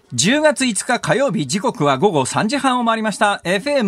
10月5日火曜日、時刻は午後3時半を回りました。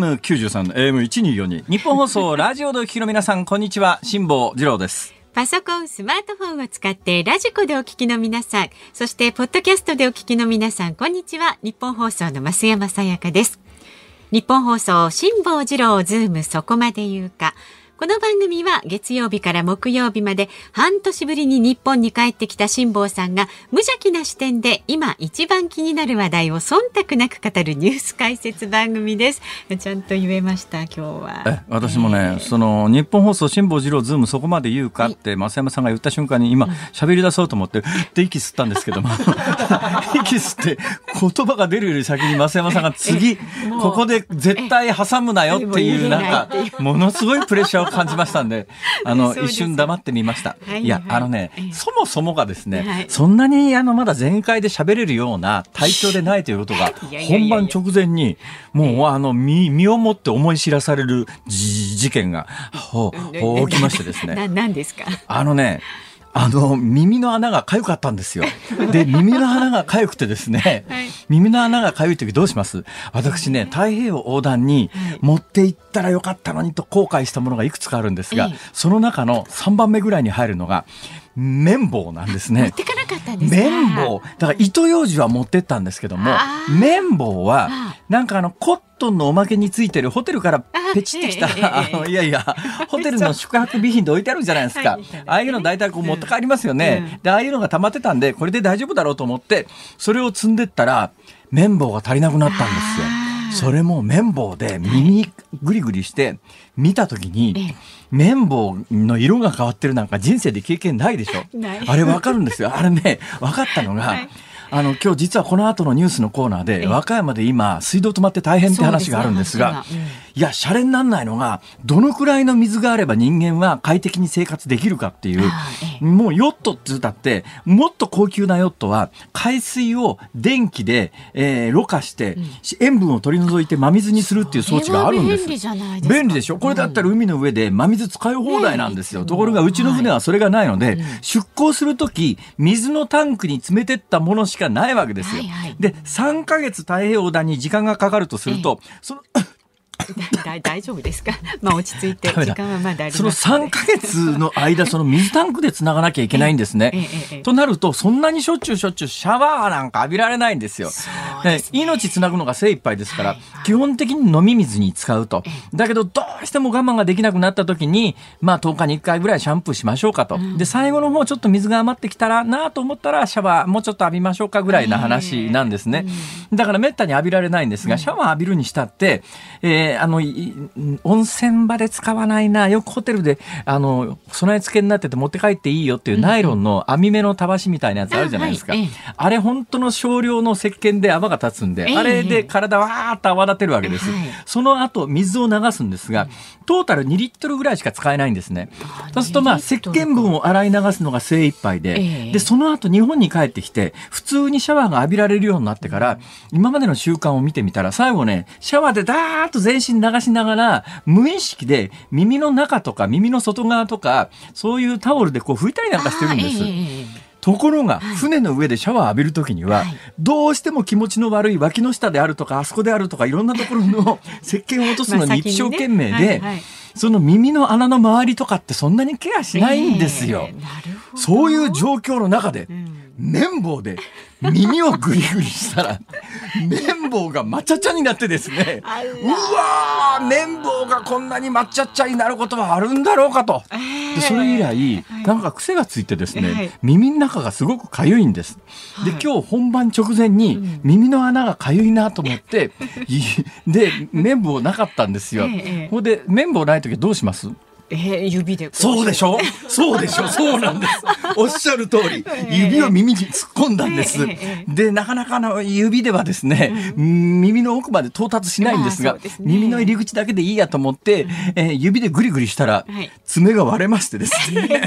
FM93 AM1242 日本放送ラジオでお聞きの皆さん、こんにちは。辛坊治郎です。 パソコン、スマートフォンを使ってラジコでお聞きの皆さん、そしてポッドキャストでお聞きの皆さん、こんにちは。日本放送の増山さやかです。日本放送辛坊治郎ズームそこまで言うか。この番組は月曜日から木曜日まで半年ぶりに日本に帰ってきた辛坊さんが無邪気な視点で今一番気になる話題を忖度なく語るニュース解説番組です。ちゃんと言えました今日は。 私もね、その日本放送辛坊治郎ズームそこまで言うかって増山さんが言った瞬間に今喋り出そうと思ってって息吸ったんですけども息吸って言葉が出るより先に増山さんが次ここで絶対挟むなよっていうなんかものすごいプレッシャーを感じましたんで、一瞬黙ってみました。いや、そもそもがですね、そんなにまだ全開で喋れるような体調でないということが本番直前にもう身をもって思い知らされる事件が起きましてですね。 何ですか？ 耳の穴が痒かったんですよ。で、耳の穴が痒くてですね、はい、耳の穴が痒い時どうします？私ね、太平洋横断に持って行ったらよかったのにと後悔したものがいくつかあるんですが、その中の3番目ぐらいに入るのが綿棒なんですね。 持ってかなかったんですか？ 綿棒。だから糸ようじは持ってったんですけども、綿棒はなんかコットンのおまけについてるホテルからペチってきたホテルの宿泊備品で置いてあるじゃないですか。ああいうの大体こう持って帰りますよね。で、ああいうのが溜まってたんでこれで大丈夫だろうと思ってそれを積んでったら綿棒が足りなくなったんですよ。それも綿棒で耳グリグリして見たときに綿棒の色が変わってるなんか人生で経験ないでしょ。あれ分かるんですよ。あれね、分かったのが、今日実はこの後のニュースのコーナーで和歌山で今水道止まって大変って話があるんですが、いやシャレになんないのがどのくらいの水があれば人間は快適に生活できるかっていう、もうヨットって言ったってもっと高級なヨットは海水を電気で、ろ過して塩分を取り除いて真水にするっていう装置があるんです。便利でしょ。これだったら海の上で真水使い放題なんですよ。ところがうちの船はそれがないので、出港するとき水のタンクに詰めてったものしかないわけですよ。で、3ヶ月太平洋横断に時間がかかるとすると、その大丈夫ですか？落ち着いて時間はまだあります。 その3ヶ月の間その水タンクでつながなきゃいけないんですね。となるとそんなにしょっちゅうシャワーなんか浴びられないんですよ。命つなぐのが精一杯ですから、基本的に飲み水に使うと。だけどどうしても我慢ができなくなった時に10日に1回ぐらいシャンプーしましょうかと。で、最後の方ちょっと水が余ってきたらなと思ったらシャワーもうちょっと浴びましょうかぐらいな話なんですね。だからめったに浴びられないんですが、シャワー浴びるにしたって温泉場で使わないな。よくホテルで備え付けになってて持って帰っていいよっていうナイロンの網目のたわしみたいなやつあるじゃないですか。あれ本当の少量の石鹸で泡が立つんで、あれで体わーっと泡立てるわけです。その後水を流すんですが、トータル2リットルぐらいしか使えないんですね。そうすると石鹸分を洗い流すのが精一杯で、その後日本に帰ってきて普通にシャワーが浴びられるようになってから今までの習慣を見てみたら、最後ね、シャワーでダーッと全身流しながら無意識で耳の中とか耳の外側とかそういうタオルでこう拭いたりなんかしてるんです。ところが船の上でシャワー浴びるときにはどうしても気持ちの悪い脇の下であるとかあそこであるとかいろんなところの石鹸を落とすのに一生懸命で、その耳の穴の周りとかってそんなにケアしないんですよ。そういう状況の中で綿棒で耳をグリグリしたら綿棒が抹茶茶になってですね、うわー、綿棒がこんなに抹茶茶になることはあるんだろうかと。で、それ以来なんか癖がついてですね、耳の中がすごくかゆいんです。で、今日本番直前に耳の穴がかゆいなと思ってで綿棒なかったんですよ。ほんで綿棒ないときはどうします？ 指でそうでしょそうなんですおっしゃる通り指を耳に突っ込んだんです。で、なかなか指ではですね、耳の奥まで到達しないんですが、耳の入り口だけでいいやと思って、指でグリグリしたら、爪が割れましてですね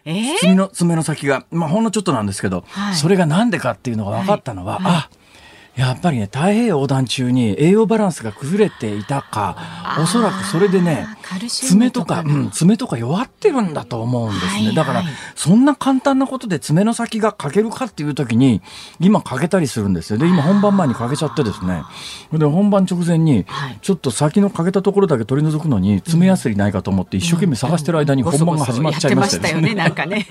爪の先が、ほんのちょっとなんですけど、それがなんでかっていうのが分かったのは、 やっぱりね、太平洋横断中に栄養バランスが崩れていたか、おそらくそれでね、爪とか弱ってるんだと思うんですね。だからそんな簡単なことで爪の先が欠けるかっていう時に今欠けたりするんですよ。で今本番前に欠けちゃってですね、で本番直前にちょっと先の欠けたところだけ取り除くのに爪ヤスリないかと思って一生懸命探してる間に本番が始まっちゃいましたよね。 なんかね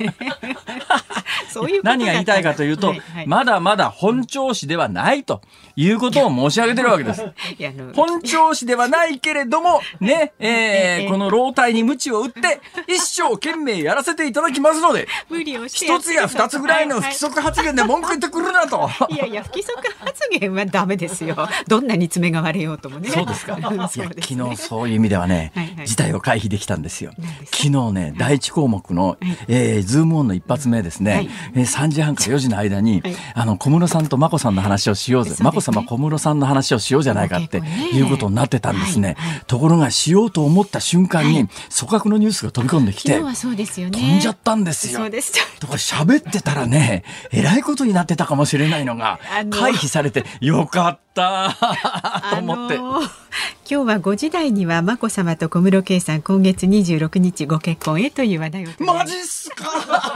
何が言いたいかというと、まだまだ本調子ではないということを申し上げてるわけです。本調子ではないけれどもね、この老体に鞭を打って一生懸命やらせていただきますので、一つや二つぐらいの不規則発言で文句言ってくるなと。 いやいや、不規則発言はダメですよ。どんなに爪が割れようともね。 そうですか。昨日そういう意味ではね、事態を回避できたんですよ。昨日ね、第一項目のズームオンの一発目ですね、3時半から4時の間に小室さんと眞子さんの話をしようぜ、眞子さま小室さんの話をしようじゃないかっていうことになってたんですね。ところがしようと思った瞬間に組閣のニュースが飛び込んできて、飛んじゃったんですよ。だから喋ってたらね、えらいことになってたかもしれないのが回避されてよかったと思って。 今日は5時台には眞子さまと小室圭さん今月26日ご結婚へという話題を。 マジっすか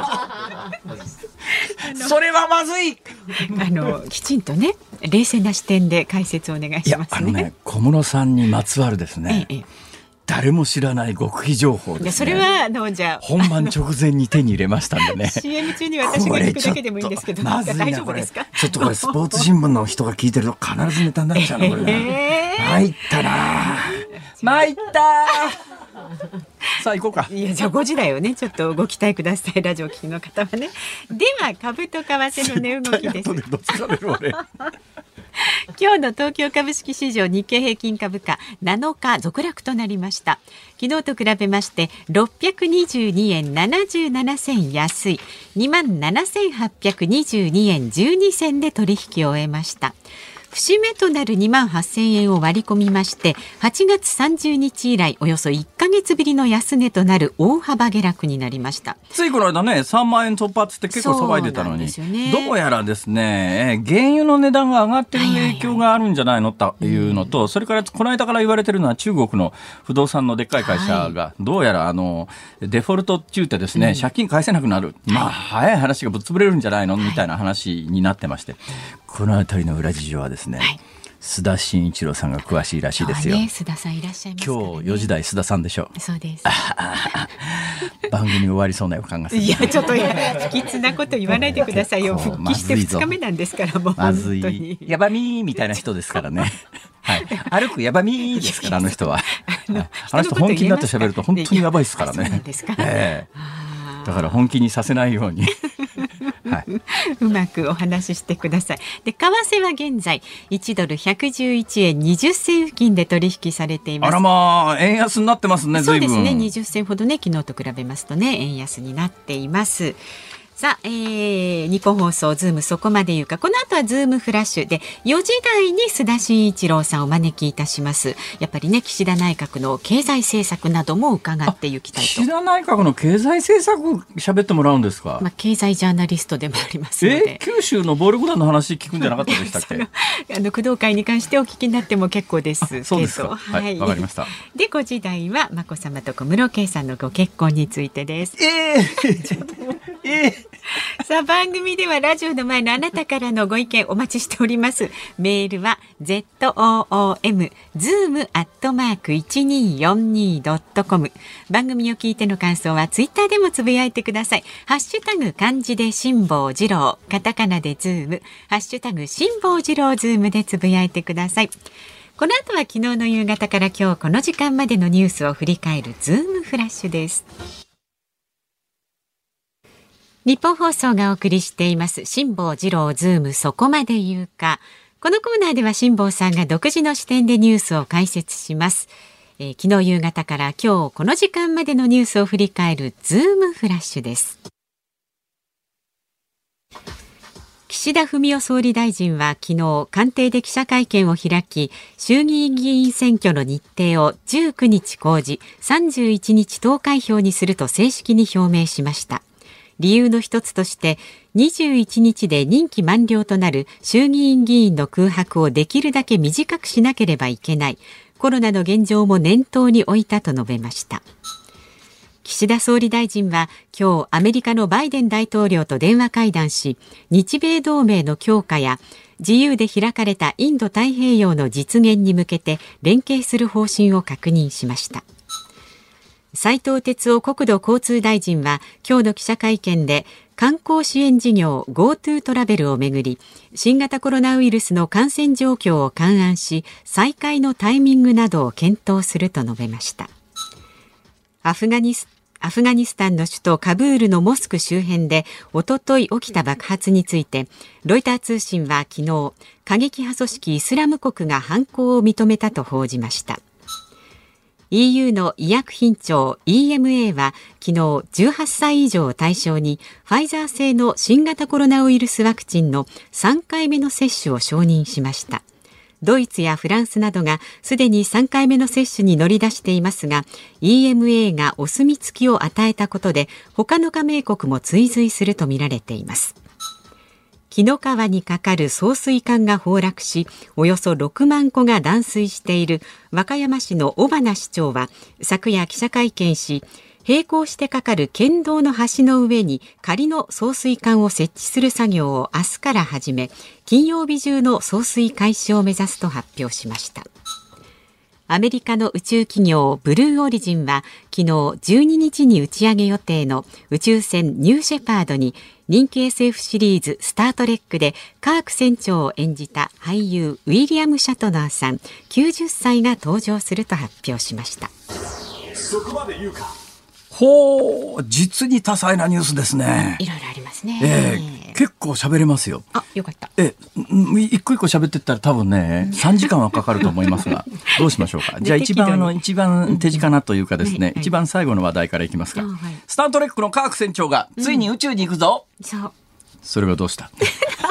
それはまずい。 きちんとね、冷静な視点で解説をお願いしますね。 小室さんにまつわるですね、誰も知らない極秘情報ですね。 それはじゃあ本番直前に手に入れましたんでね CM 中に私が聞くだけでもいいんですけど、大丈夫ですか？ ちょっとこれスポーツ新聞の人が聞いてると必ずネタになっちゃうのこれね。参ったな、参ったさあ行こうか。 いや、じゃあ5時台をね、ちょっとご期待ください、ラジオ聞きの方はね。では株と為替の値動きです。今日の東京株式市場日経平均株価7日続落となりました。昨日と比べまして622円77銭安い 27,822 円12銭で取引を終えました。節目となる2万8000円を割り込みまして、8月30日以来およそ1ヶ月ぶりの安値となる大幅下落になりました。 ついこの間ね、3万円突破って結構騒いでたのに、どうやらですね、原油の値段が上がってる影響があるんじゃないのというのと、それからこの間から言われてるのは中国の不動産のでっかい会社がどうやらデフォルト中ってですね、借金返せなくなる、早い話がぶっ潰れるんじゃないのみたいな話になってまして、このあたりの裏事情はですね、須田慎一郎さんが詳しいらしいですよ。 須田さんいらっしゃいますからね。 今日4時台須田さんでしょ。 そうです。 番組終わりそうな予感がする。 いや、ちょっと不吉なこと言わないでくださいよ。復帰して2日目なんですから、もうまずい。やばみーみたいな人ですからね。歩くやばみーですから、あの人は。あの人本気になって喋ると本当にやばいですからね。だから本気にさせないようにうまくお話ししてください。で、為替は現在1ドル111円20銭付近で取引されています。 あらまあ、円安になってますね。 そうですね、20銭ほどね、昨日と比べますとね、円安になっています。さあ、日本放送ズームそこまで言うか。この後はズームフラッシュで4時台に須田慎一郎さんをお招きいたします。やっぱりね、岸田内閣の経済政策なども伺っていきたいと。 岸田内閣の経済政策喋ってもらうんですか？ 経済ジャーナリストでもありますので。 九州の暴力団の話聞くんじゃなかったでしたっけ？ 工藤会に関してお聞きになっても結構ですけど。 そうですか。はい、わかりました。 で、5時台は眞子さまと小室圭さんのご結婚についてです。さあ、番組ではラジオの前のあなたからのご意見お待ちしております。メールは zoom@1242.com。番組を聞いての感想はツイッターでもつぶやいてください。ハッシュタグ漢字で辛坊治郎、カタカナでズーム、ハッシュタグ辛坊治郎ズームでつぶやいてください。この後は昨日の夕方から今日この時間までのニュースを振り返るズームフラッシュです。日本放送がお送りしています辛坊治郎ズームそこまで言うか。このコーナーでは辛坊さんが独自の視点でニュースを解説します。昨日夕方から今日この時間までのニュースを振り返るズームフラッシュです。岸田文雄総理大臣は昨日官邸で記者会見を開き、衆議院議員選挙の日程を19日公示、31日投開票にすると正式に表明しました。 理由の一つとして21日で任期満了となる衆議院議員の空白をできるだけ短くしなければいけないコロナの現状も念頭に置いたと述べました。岸田総理大臣は今日アメリカのバイデン大統領と電話会談し、日米同盟の強化や自由で開かれたインド太平洋の実現に向けて連携する方針を確認しました。斉藤鉄夫国土交通大臣は今日の記者会見で観光支援事業 GoTo トラベルをめぐり、新型コロナウイルスの感染状況を勘案し、再開のタイミングなどを検討すると述べました。アフガニスタンの首都カブールのモスク周辺でおととい起きた爆発について、ロイター通信は昨日、過激派組織イスラム国が犯行を認めたと報じました。EU の医薬品庁 EMA は昨日18歳以上を対象にファイザー製の新型コロナウイルスワクチンの3回目の接種を承認しました。ドイツやフランスなどがすでに3回目の接種に乗り出していますが、 EMA がお墨付きを与えたことで他の加盟国も追随するとみられています。紀の川に架かる送水管が崩落し、およそ6万戸が断水している和歌山市の尾花市長は昨夜記者会見し、並行して架かる県道の橋の上に仮の送水管を設置する作業を明日から始め、金曜日中の送水開始を目指すと発表しました。アメリカの宇宙企業ブルーオリジンは昨日12日に打ち上げ予定の宇宙船ニューシェパードに人気 SF シリーズスタートレックでカーク船長を演じた俳優ウィリアム・シャトナーさん90歳が登場すると発表しました。 そこまで言うか。 ほう、実に多彩なニュースですね。 いろいろありますね。 結構喋れますよ。 あ、よかった。 一個一個喋ってったら多分ね3時間はかかると思いますがどうしましょうか。じゃあ一番手近なというかですね、一番最後の話題からいきますか。スタートレックのカーク船長がついに宇宙に行くぞ。それがどうした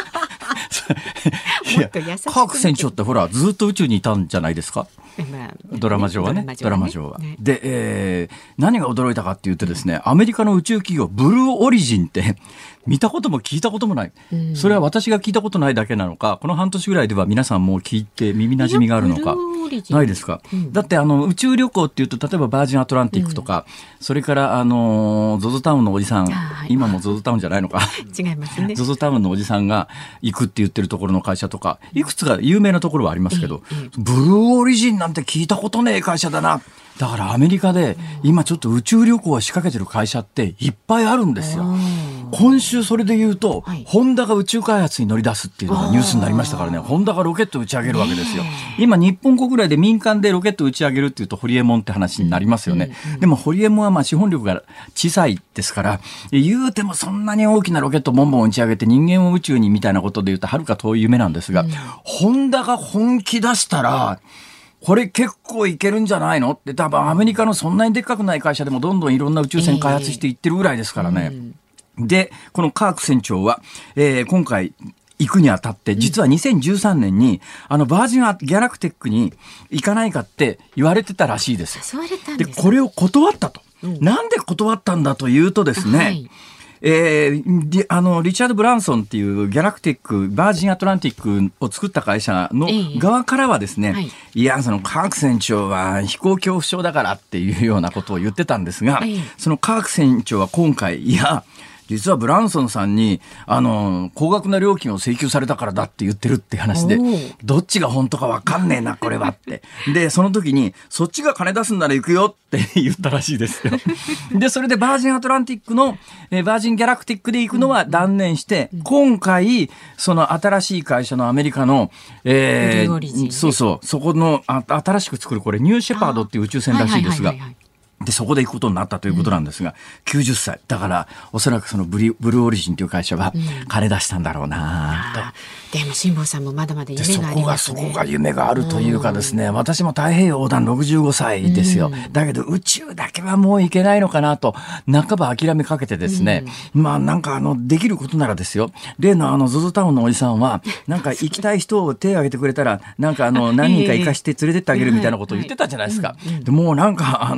いや、カーク船長ってほらずっと宇宙にいたんじゃないですか。ドラマ上はね。で、何が驚いたかって言ってですね、アメリカの宇宙企業ブルーオリジンって見たことも聞いたこともない、それは私が聞いたことないだけなのか、この半年ぐらいでは皆さんもう聞いて耳なじみがあるのか。ないですか。だって宇宙旅行っていうと例えばバージンアトランティックとか、それからZOZOタウンのおじさん、今も ZOZOタウンじゃないのか違いますね。 ZOZOタウンのおじさんが行くって言ってるところの会社とかいくつか有名なところはありますけど、ブルーオリジンなんて聞いたことねえ会社だな。だからアメリカで今ちょっと宇宙旅行を仕掛けてる会社っていっぱいあるんですよ。今週それで言うと、ホンダが宇宙開発に乗り出すっていうのがニュースになりましたからね。ホンダがロケットを打ち上げるわけですよ。今日本国内で民間でロケットを打ち上げるっていうとホリエモンって話になりますよね。でもホリエモンは資本力が小さいですから、言うてもそんなに大きなロケットボンボン打ち上げて人間を宇宙にみたいなことで言うとはるか遠い夢なんですが、ホンダが本気出したらこれ結構いけるんじゃないのって、多分アメリカのそんなにでっかくない会社でもどんどんいろんな宇宙船開発していってるぐらいですからね。で、このカーク船長は、今回行くにあたって、実は2013年にバージンギャラクティックに行かないかって言われてたらしいですよ。で、これを断ったと。なんで断ったんだというとですね、リチャード・ブランソンっていうギャラクティックバージンアトランティックを作った会社の側からはですね、いやそのカーク船長は飛行恐怖症だからっていうようなことを言ってたんですが、そのカーク船長は今回いや実はブランソンさんに高額な料金を請求されたからだって言ってるって話で、どっちが本当か分かんねえなこれはって。でその時にそっちが金出すんなら行くよって言ったらしいですよ。でそれでバージンアトランティックのバージンギャラクティックで行くのは断念して、今回その新しい会社のアメリカの、そこの新しく作るこれニューシェパードっていう宇宙船らしいですが、でそこで行くことになったということなんですが、90歳だからおそらくそのブルーオリジンという会社は金出したんだろうなと。 でも辛坊さんもまだまだ夢がありますね。 そこが夢があるというかですね、私も太平洋横断65歳ですよ。だけど宇宙だけはもう行けないのかなと半ば諦めかけてですね、まあなんかできることならですよ、例のZOZOタウンのおじさんはなんか行きたい人を手を挙げてくれたらなんか何人か行かして連れてってあげるみたいなことを言ってたじゃないですか。でもうなんか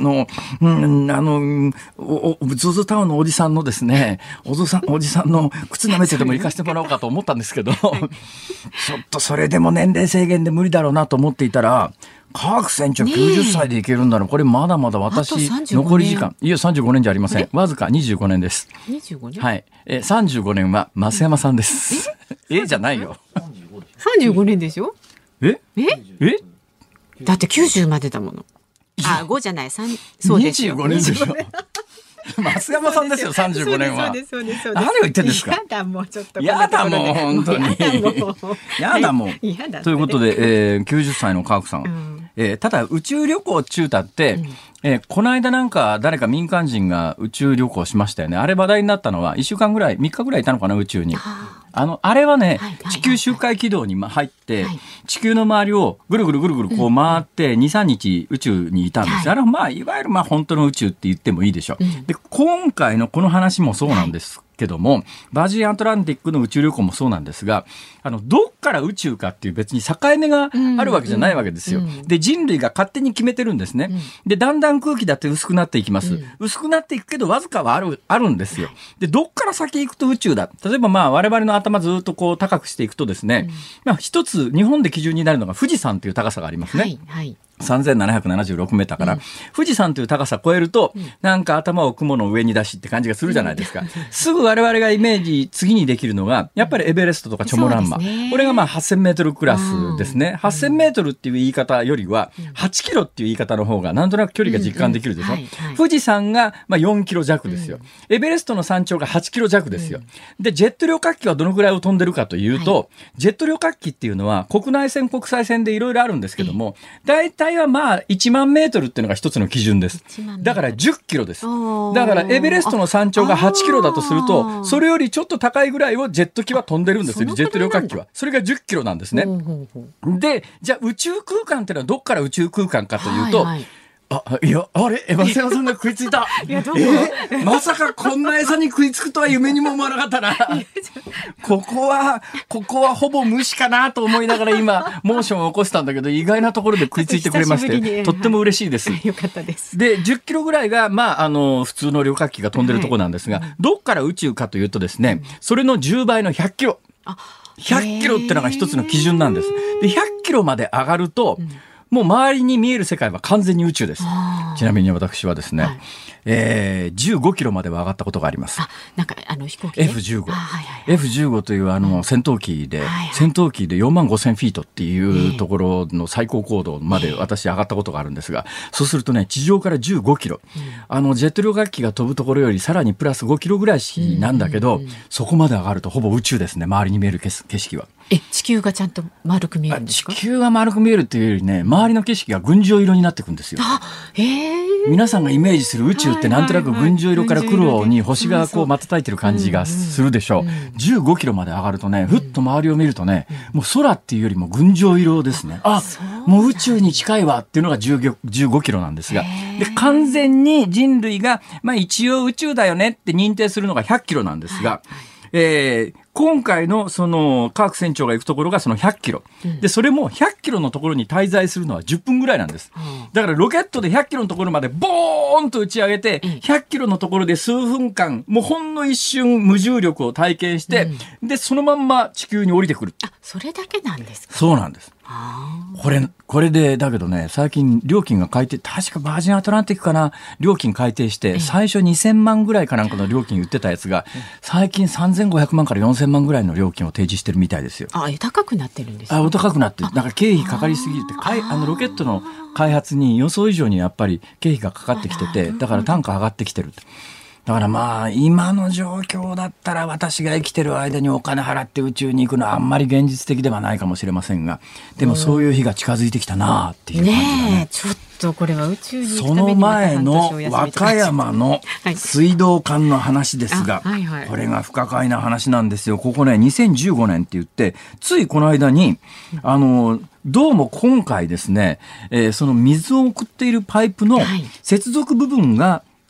ゾゾタウンのおじさんのですね、おじさんの靴舐めてでも行かせてもらおうかと思ったんですけど、ちょっとそれでも年齢制限で無理だろうなと思っていたら、科学船長90歳でいけるんだろう。これまだまだ私、残り時間。いや、35年じゃありません。わずか25年です。 25年？ はい。35年は増山さんです。じゃないよ。 35年でしょ？ えだって90までだもの。5じゃない、3、そうですよ。 25年でしょ。増山さんですよ、35年は。 そうです。 何を言ってんですか。 やだもうちょっと。 やだもう本当に。やだもう。ということで、90歳の科学さん。ただ宇宙旅行中だって、この間なんか誰か民間人が宇宙旅行しましたよね。あれ話題になったのは1週間ぐらい、3日ぐらいいたのかな、宇宙に。あれはね、地球周回軌道に入って、地球の周りをぐるぐるこう回って、2、3日宇宙にいたんです。あれはいわゆる本当の宇宙って言ってもいいでしょう。で、今回のこの話もそうなんですけども、バージンアトランティックの宇宙旅行もそうなんですが、どっから宇宙かっていう別に境目があるわけじゃないわけですよ。で、人類が勝手に決めてるんですね。で、だんだん空気だって薄くなっていきます。薄くなっていくけど、わずかはあるんですよ。で、どっから先行くと宇宙だ。例えば我々の頭ずっとこう高くしていくとですね、一つ日本で基準になるのが富士山という高さがありますね。3776メーターから、富士山という高さを超えると、なんか頭を雲の上に出しって感じがするじゃないですか。すぐ我々がイメージ次にできるのがやっぱりエベレストとかチョモランマ、これが8000メートルクラスですね。8000メートルっていう言い方よりは8キロっていう言い方の方がなんとなく距離が実感できるでしょ。富士山が4キロ弱ですよ。エベレストの山頂が8キロ弱ですよ。でジェット旅客機はどのくらいを飛んでるかというと、ジェット旅客機っていうのは国内線国際線でいろいろあるんですけども、大体は1万メートルっていうのが一つの基準です。だから10キロです。だからエベレストの山頂が8キロだとすると、それよりちょっと高いぐらいをジェット機は飛んでるんですよ。ジェット旅客機は。それが10キロなんですね。で、じゃあ宇宙空間っていうのはどっから宇宙空間かというと、増山さんが食いついた。まさかこんな餌に食いつくとは夢にも思わなかったな。ここはほぼ虫かなと思いながら今モーションを起こしたんだけど、意外なところで食いついてくれまして、とっても嬉しいです。 よかったです。 で、10キロぐらいが普通の旅客機が飛んでるところなんですが、どっから宇宙かというとですね、それの10倍の100キロ。100キロってのが一つの基準なんです。で、100キロまで上がると、もう周りに見える世界は完全に宇宙です。ちなみに私はですね、15キロまでは上がったことがあります。 なんか飛行機、ね、 F15 という戦闘機で、戦闘機で45,000フィートっていうところの最高高度まで私上がったことがあるんですが、そうするとね、地上から15キロ、ジェット旅客機が飛ぶところよりさらにプラス5キロぐらいなんだけど、そこまで上がるとほぼ宇宙ですね。周りに見える景色は。 地球がちゃんと丸く見えるんですか？ 地球が丸く見えるっていうよりね、周りの景色が群青色になっていくんですよ。皆さんがイメージする宇宙ってなんとなく群青色から黒に星がこう瞬いてる感じがするでしょう。15キロまで上がるとね、ふっと周りを見るとね、もう空っていうよりも群青色ですね。もう宇宙に近いわっていうのが15キロなんですが、で完全に人類が一応宇宙だよねって認定するのが100キロなんですが、今回のその科学船長が行くところがその100キロ。で、それも100キロのところに滞在するのは10分ぐらいなんです。だからロケットで100キロのところまでボーンと打ち上げて、100キロのところで数分間、もうほんの一瞬無重力を体験して、で、そのまんま地球に降りてくる。 それだけなんですか？ そうなんです。これで、だけどね、最近料金が改定、確かバージンアトランティックかな、料金改定して、最初2000万ぐらいかなんかの料金言ってたやつが、最近3500万から4000万ぐらいの料金を提示してるみたいですよ。 高くなってるんですか？ お高くなってる。だから経費かかりすぎて、ロケットの開発に予想以上にやっぱり経費がかかってきてて、だから単価上がってきてる。だから今の状況だったら私が生きてる間にお金払って宇宙に行くのはあんまり現実的ではないかもしれませんが、でもそういう日が近づいてきたなっていう感じがね。 ちょっとこれは宇宙に行くその前の和歌山の水道管の話ですが、これが不可解な話なんですよ。ここね、2015年って言って、ついこの間に、どうも今回ですね、その水を送っているパイプの接続部分が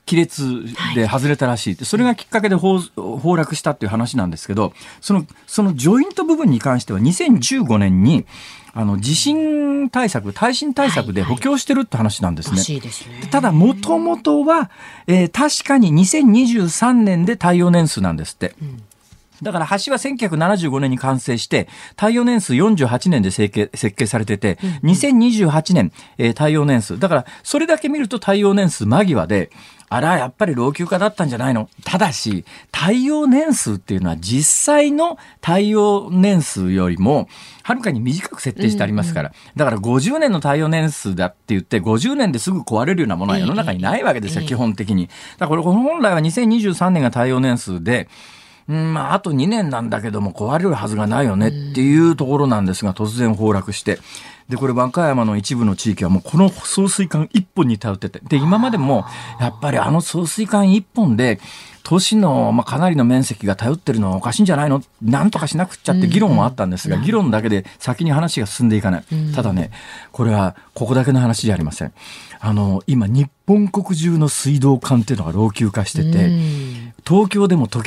亀裂で外れたらしい。それがきっかけで崩落したっていう話なんですけど、そのジョイント部分に関しては2015年に地震対策、耐震対策で補強してるって話なんですね。ただ、もともとは、確かに2023年で耐用年数なんですって。だから橋は1975年に完成して、耐用年数48年で設計されてて、2028年、耐用年数。だから、それだけ見ると耐用年数間際で、あら、やっぱり老朽化だったんじゃないの。ただし、耐用年数っていうのは実際の耐用年数よりも、はるかに短く設定してありますから。だから50年の耐用年数だって言って、50年ですぐ壊れるようなものは世の中にないわけですよ、基本的に。だからこれ本来は2023年が耐用年数で、あと2年なんだけども壊れるはずがないよねっていうところなんですが、突然崩落して。で、これ和歌山の一部の地域はもうこの送水管一本に頼ってて。で、今までもやっぱり送水管一本で、都市の、かなりの面積が頼ってるのはおかしいんじゃないの、なんとかしなくっちゃって議論はあったんですが、議論だけで先に話が進んでいかない。ただね、これはここだけの話じゃありません。今日本国中の水道管っていうのが老朽化してて、東京でも時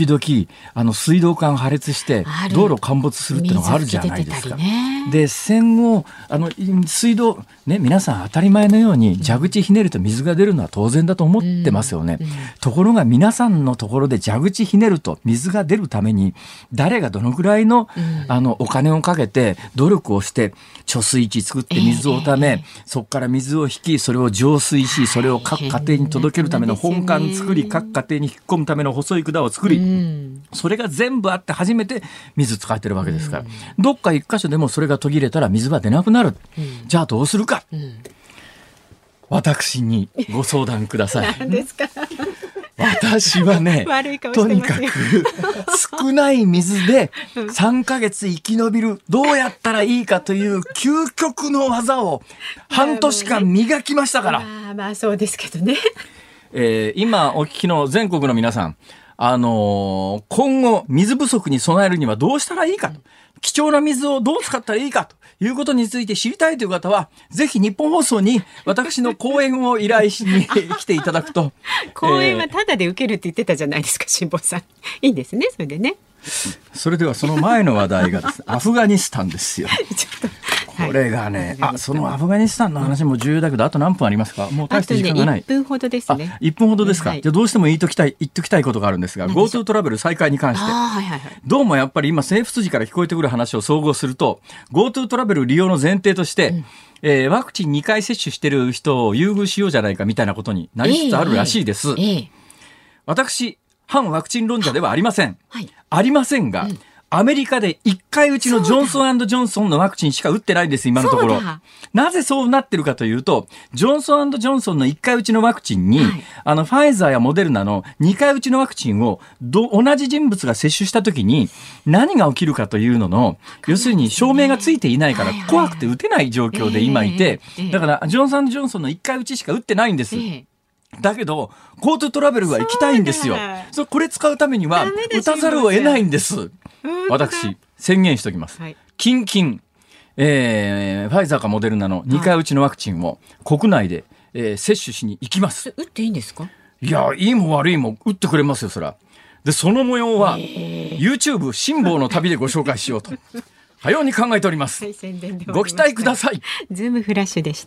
々水道管破裂して道路陥没するっていうのがあるじゃないですか。で、戦後水道ね、皆さん当たり前のように蛇口ひねると水が出るのは当然だと思ってますよね。ところが皆さんのところで蛇口ひねると水が出るために誰がどのくらいのお金をかけて努力をして貯水池作って水をため、そこから水を引き、それを浄水し、それを各家庭に届けるための本管作り、各家庭に引っ込むための細い管を作り、それが全部あって初めて水使ってるわけですから、どっか一箇所でもそれが途切れたら水は出なくなる。じゃあどうするか、私にご相談ください。 何ですか？ 私はね、とにかく少ない水で3ヶ月生き延びる、どうやったらいいかという究極の技を半年間磨きましたから。 まあそうですけどね。 今お聞きの全国の皆さん、今後水不足に備えるにはどうしたらいいかと、貴重な水をどう使ったらいいかということについて知りたいという方は、ぜひ日本放送に私の講演を依頼しに来ていただくと。 講演はタダで受けるって言ってたじゃないですか、辛坊さん。いいんですね、それでね。 それではその前の話題がですね、アフガニスタンですよ。 ちょっとこれがね、そのアフガニスタンの話も重要だけど、あと何分ありますか？もう大して時間がない。 1分ほどですね。 1分ほどですか。じゃあどうしても言っときたいことがあるんですが、GoTo トラベル再開に関して、どうもやっぱり今政府筋から聞こえてくる話を総合すると、GoTo トラベル利用の前提として、ワクチン2回接種してる人を優遇しようじゃないかみたいなことになりつつあるらしいです。私、反ワクチン論者ではありません。ありませんが、アメリカで1回うちのジョンソン&ジョンソンのワクチンしか打ってないんです、今のところ。なぜそうなってるかというと、ジョンソン&ジョンソンの1回うちのワクチンに、ファイザーやモデルナの2回うちのワクチンを同じ人物が接種したときに何が起きるかというのの、要するに証明がついていないから怖くて打てない状況で今いて、だからジョンソン&ジョンソンの1回うちしか打ってないんです。だけど GoTo トラベルは行きたいんですよ。これ使うためには打たざるを得ないんです。私宣言しておきます。キンキン、ファイザーかモデルナの2回打ちのワクチンを国内で、接種しに行きます。 打っていいんですか？ いや、いいも悪いも打ってくれますよ、そら。でその模様は YouTube 辛坊の旅でご紹介しようとはように考えております。ご期待ください。 ズームフラッシュでした。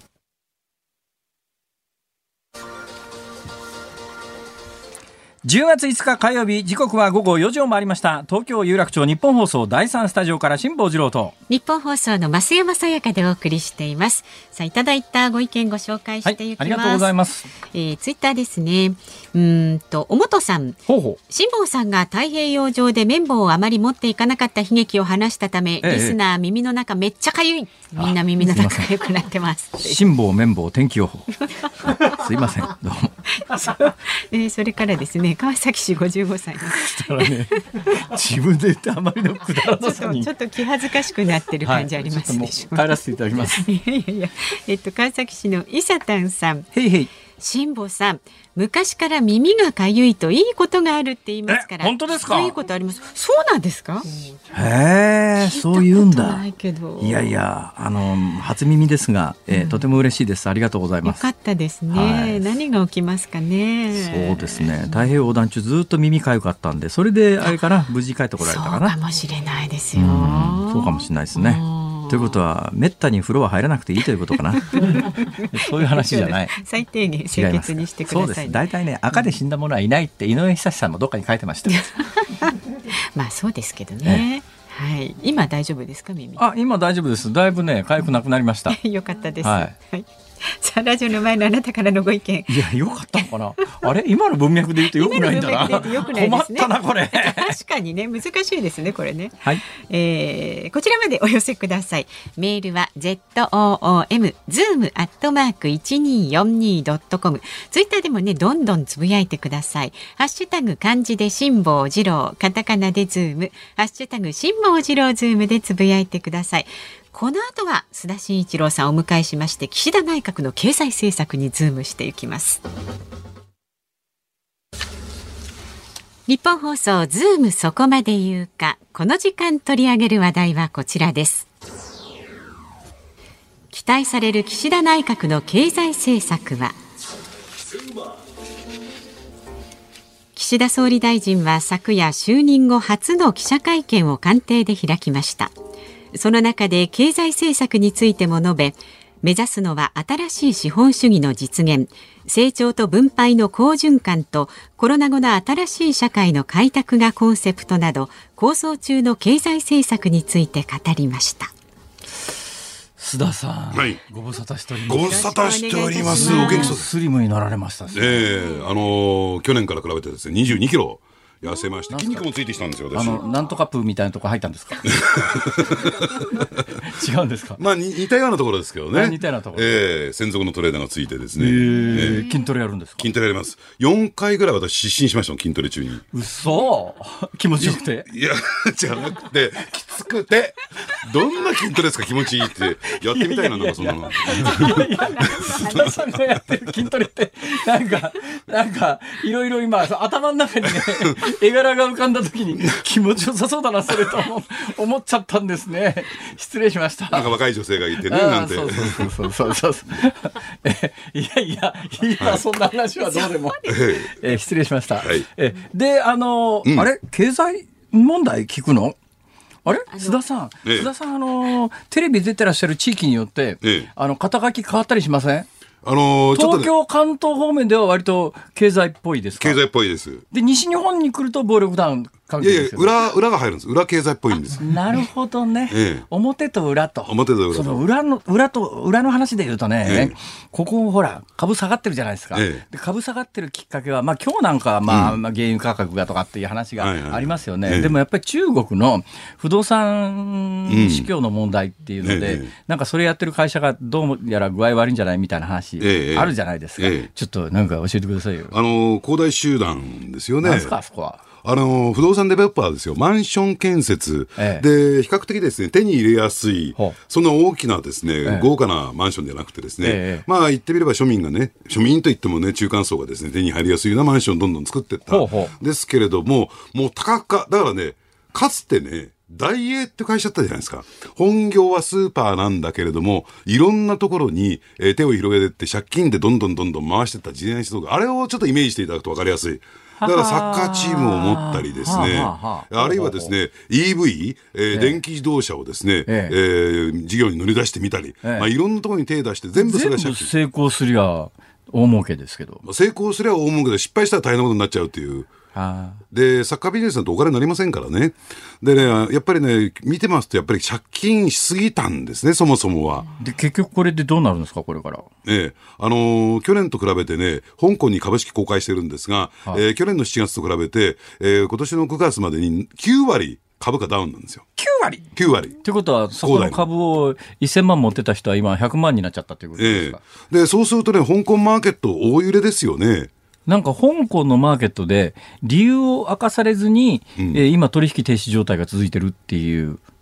10月5日火曜日、時刻は午後4時を回りました。東京有楽町日本放送第3スタジオから辛坊治郎と日本放送の増山さやかでお送りしています。さあ、いただいたご意見ご紹介していきます。 ありがとうございます。 ツイッターですね。おもとさん、辛坊さんが太平洋上で綿棒をあまり持っていかなかった悲劇を話したため、リスナー耳の中めっちゃかゆい。みんな耳の中かゆくなってます。 辛坊綿棒天気予報すいません、どうも。それからですね、川崎市55歳の自分で言ってあまりのくだらなさにちょっと気恥ずかしくなってる感じありますでしょう。 帰らせていただきます。 川崎市の伊佐丹さん、 へいへい、 辛坊さん、昔から耳がかゆいといいことがあるって言いますから。 本当ですか？ いいことあります。そうなんですか？ へえ、 そう言うんだ。 ないけど、 いやいや、初耳ですが、とても嬉しいです。ありがとうございます。 よかったですね、何が起きますかね。 そうですね、太平洋横断中ずっと耳かゆかったんで、それであれかな、無事帰ってこられたかな。 そうかもしれないですよ。 そうかもしれないですね。ということはめったに風呂は入らなくていいということかな。そういう話じゃない。 最低限清潔にしてください。 そうです。大体ね、赤で死んだ者はいないって井上久志さんもどっかに書いてました。 まあそうですけどね、はい、今大丈夫ですか、耳。 今大丈夫です。だいぶね、痒くなくなりました。 よかったです、 はいはい。さあ、ラジオの前のあなたからのご意見。 いや、よかったのかな。あれ、今の文脈で言うとよくないんだな。困ったなこれ。 確かにね、難しいですねこれね。 はい。 こちらまでお寄せください。メールは zoom@1242.com。ツイッターでもね、どんどんつぶやいてください。ハッシュタグ漢字で辛坊治郎、カタカナでズーム、ハッシュタグ辛坊治郎ズームでつぶやいてください。この後は須田慎一郎さんをお迎えしまして、岸田内閣の経済政策にズームしていきます。日本放送ズームそこまで言うか。この時間取り上げる話題はこちらです。期待される岸田内閣の経済政策は。岸田総理大臣は昨夜就任後初の記者会見を官邸で開きました。その中で経済政策についても述べ、目指すのは新しい資本主義の実現、成長と分配の好循環とコロナ後の新しい社会の開拓がコンセプトなど、構想中の経済政策について語りました。 須田さん、 はい、 ご無沙汰しております。 ご無沙汰しております。お元気そうです。 スリムになられましたね。 去年から比べてですね、22キロ痩せまして、筋肉もついてきたんですよ。私なんとかプーみたいなとこ入ったんですか。違うんですか。 まあ似たようなところですけどね。 似たようなところ。 専属のトレーナーがついてですね、 筋トレやるんですか。 筋トレやります。4回ぐらい私失神しましたもん、筋トレ中に。 嘘。気持ちよくて。 いやじゃなくて、きつくて、どんな筋トレですか。気持ちいいってやってみたいな。なんかそんなの。 須田さんがやってる筋トレってなんかいろいろ今頭の中にね絵柄が浮かんだ時に気持ちよさそうだなそれと思っちゃったんですね。失礼しました。 なんか若い女性がいてね、なんて。 そういやそんな話はどうでも、失礼しました。はい、であれ経済問題聞くの。あれ須田さん、テレビ出てらっしゃる地域によって、肩書き変わったりしません？東京、関東方面では割と経済っぽいですか？経済っぽいです。 で、西日本に来ると暴力団関係ですよね。 裏が入るんです。裏経済っぽいんです。 なるほどね。表と裏と。その裏の話で言うとね、ここほら、株下がってるじゃないですか。で株下がってるきっかけは、今日なんかは原油価格がとかっていう話がありますよね。でもやっぱり中国の不動産市況の問題っていうので、なんかそれやってる会社がどうやら具合悪いんじゃないみたいな話あるじゃないですか。ちょっとなんか教えてくださいよ。 恒大集団ですよね。 何ですか、あそこは。 不動産デベロッパーですよ。マンション建設、で比較的ですね、手に入れやすい、そんな大きなですね、豪華なマンションじゃなくてですね、まあ言ってみれば庶民がね、庶民といってもね、中間層がですね、手に入りやすいようなマンションをどんどん作っていったですけれども、もう高価だからね、かつてね、大英って会社あったじゃないですか。本業はスーパーなんだけれども、いろんなところに、手を広げてって借金でどんどん回していった自転車とか、あれをちょっとイメージしていただくと分かりやすい。だからサッカーチームを持ったりですね、あるいはですね EV、電気自動車をですね、事業に乗り出してみたり、いろんなところに手出して全部それが借金。 成功すりゃ大儲けですけど、 成功すりゃ大儲けで失敗したら大変なことになっちゃうっていう。でサッカービジネスなんてお金になりませんからね。でね、やっぱりね見てますとやっぱり借金しすぎたんですね、そもそもは。で結局これでどうなるんですか、これから。 去年と比べてね、香港に株式公開してるんですが、去年の7月と比べて、今年の9月までに9割株価ダウンなんですよ。9割ってことは、そこの株を1000万持ってた人は今100万になっちゃったということですか。 でそうするとね、香港マーケット大揺れですよね。 なんか香港のマーケットで理由を明かされずに、今取引停止状態が続いてるっていう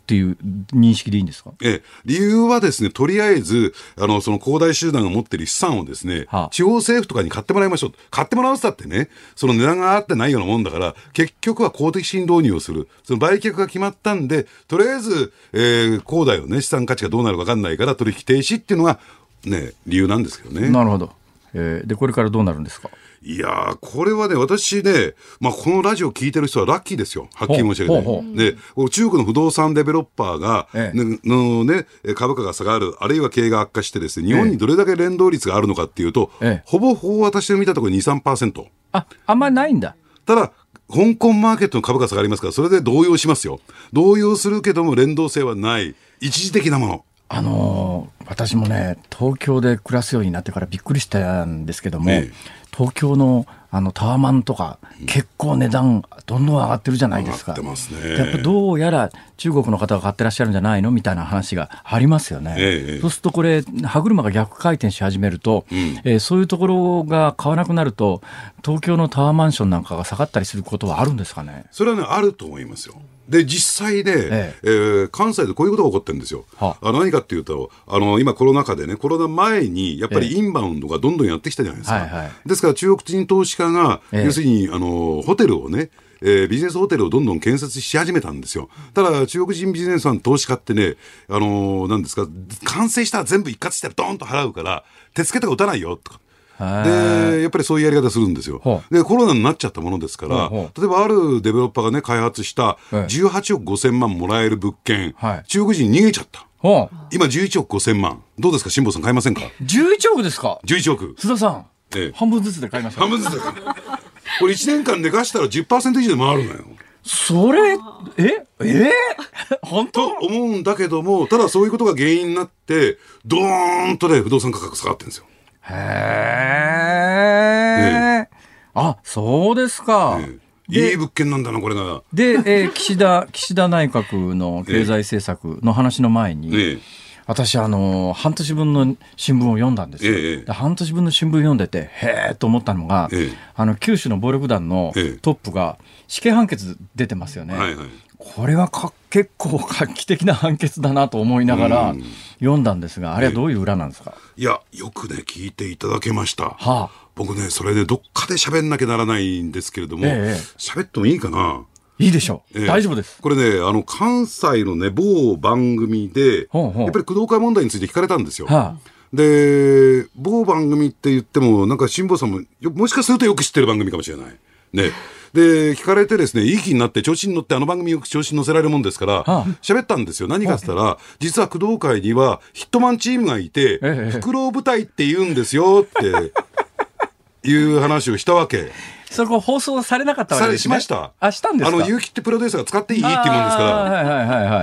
っていう認識でいいんですか？ 理由はですね、とりあえずその恒大集団が持っている資産をですね、地方政府とかに買ってもらいましょう。買ってもらうって言ったってね、その値段が合ってないようなもんだから、結局は公的資金導入をする。その売却が決まったんで、とりあえず、恒大のね、資産価値がどうなるか分かんないから取引停止っていうのがね、理由なんですけどね。 なるほど。でこれからどうなるんですか？ いやー、これはね、私ね、このラジオ聞いてる人はラッキーですよ。はっきり申し上げて。で、中国の不動産デベロッパーが、のね、株価が下がる、あるいは経営が悪化してですね、日本にどれだけ連動率があるのかっていうと、ほぼ私の見たところ 2、3%。 あんまりないんだ。 ただ、香港マーケットの株価下がりますから、それで動揺しますよ。動揺するけども連動性はない。一時的なもの。 私もね、東京で暮らすようになってからびっくりしたんですけども、東京のタワマンとか、結構値段どんどん上がってるじゃないですか。 上がってますね。 やっぱどうやら中国の方が買ってらっしゃるんじゃないのみたいな話がありますよね。そうするとこれ歯車が逆回転し始めると、そういうところが買わなくなると東京のタワーマンションなんかが下がったりすることはあるんですかね？ それはね、あると思いますよ。で、実際で、関西でこういうことが起こってるんですよ。何かっていうと、今コロナ禍でね、コロナ前にやっぱりインバウンドがどんどんやってきたじゃないですか。ですから中国人投資家が、要するにホテルをね、ビジネスホテルをどんどん建設し始めたんですよ。ただ中国人ビジネスマン投資家ってね、なんですか、完成したら全部一括してドーンと払うから手付けとか打たないよとか。でやっぱりそういうやり方するんですよ。でコロナになっちゃったものですから、例えばあるデベロッパーがね開発した18億5000万もらえる物件、中国人に逃げちゃった。今11億5000万。どうですか辛坊さん、買いませんか ？11億ですか ？11億。 須田さん、半分ずつで買いました。 半分ずつで買いました。これ1年間寝かしたら 10% 以上で回るのよ。 それ本当と思うんだけども、ただそういうことが原因になってドーンとね不動産価格下がってるんですよ。 へえ。あ、そうですか。 いい物件なんだなこれが。 で、岸田内閣の経済政策の話の前に、私半年分の新聞を読んだんですよ。半年分の新聞読んでてへーと思ったのが、九州の暴力団のトップが死刑判決出てますよね。これは結構画期的な判決だなと思いながら読んだんですが、あれはどういう裏なんですか？ いや、よくね聞いていただけました。僕ねそれでどっかで喋んなきゃならないんですけれども、喋ってもいいかな？ いいでしょう、大丈夫です。 これね関西のね某番組でやっぱり工藤会問題について聞かれたんですよ。で某番組って言ってもなんか辛坊さんももしかするとよく知ってる番組かもしれないね。で聞かれてですね、いい気になって調子に乗って、番組よく調子に乗せられるもんですから喋ったんですよ。何かって言ったら、実は工藤会にはヒットマンチームがいて、フクロウ部隊って言うんですよっていう話をしたわけ。 そこ放送されなかったわけですね。 しました。 したんですか？ 結城ってプロデューサーが使っていいっていうもんですから。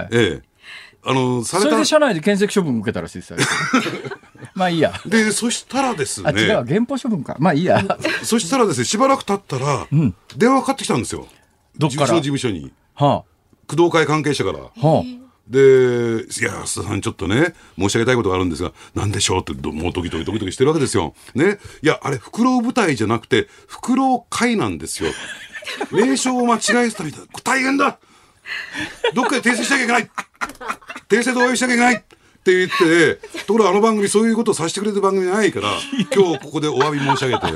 それで社内で検責処分受けたらしいですよ。まあいいや。 でそしたらですね、 違う、減俸処分か。まあいいや。 そしたらですね、しばらく経ったら、電話かかってきたんですよ。 どっから？ 事務所に。工藤会関係者から。で、いや、須田さんちょっとね、申し上げたいことがあるんですが、なんでしょうって、もうドキドキしてるわけですよ。ね。いや、あれ、フクロウ部隊じゃなくて、フクロウ会なんですよ。名称を間違えてたみたい。大変だ！どっかで訂正しなきゃいけない！訂正とお詫びしなきゃいけない！って言って、ところが番組そういうことをさせてくれる番組ないから今日ここでお詫び申し上げて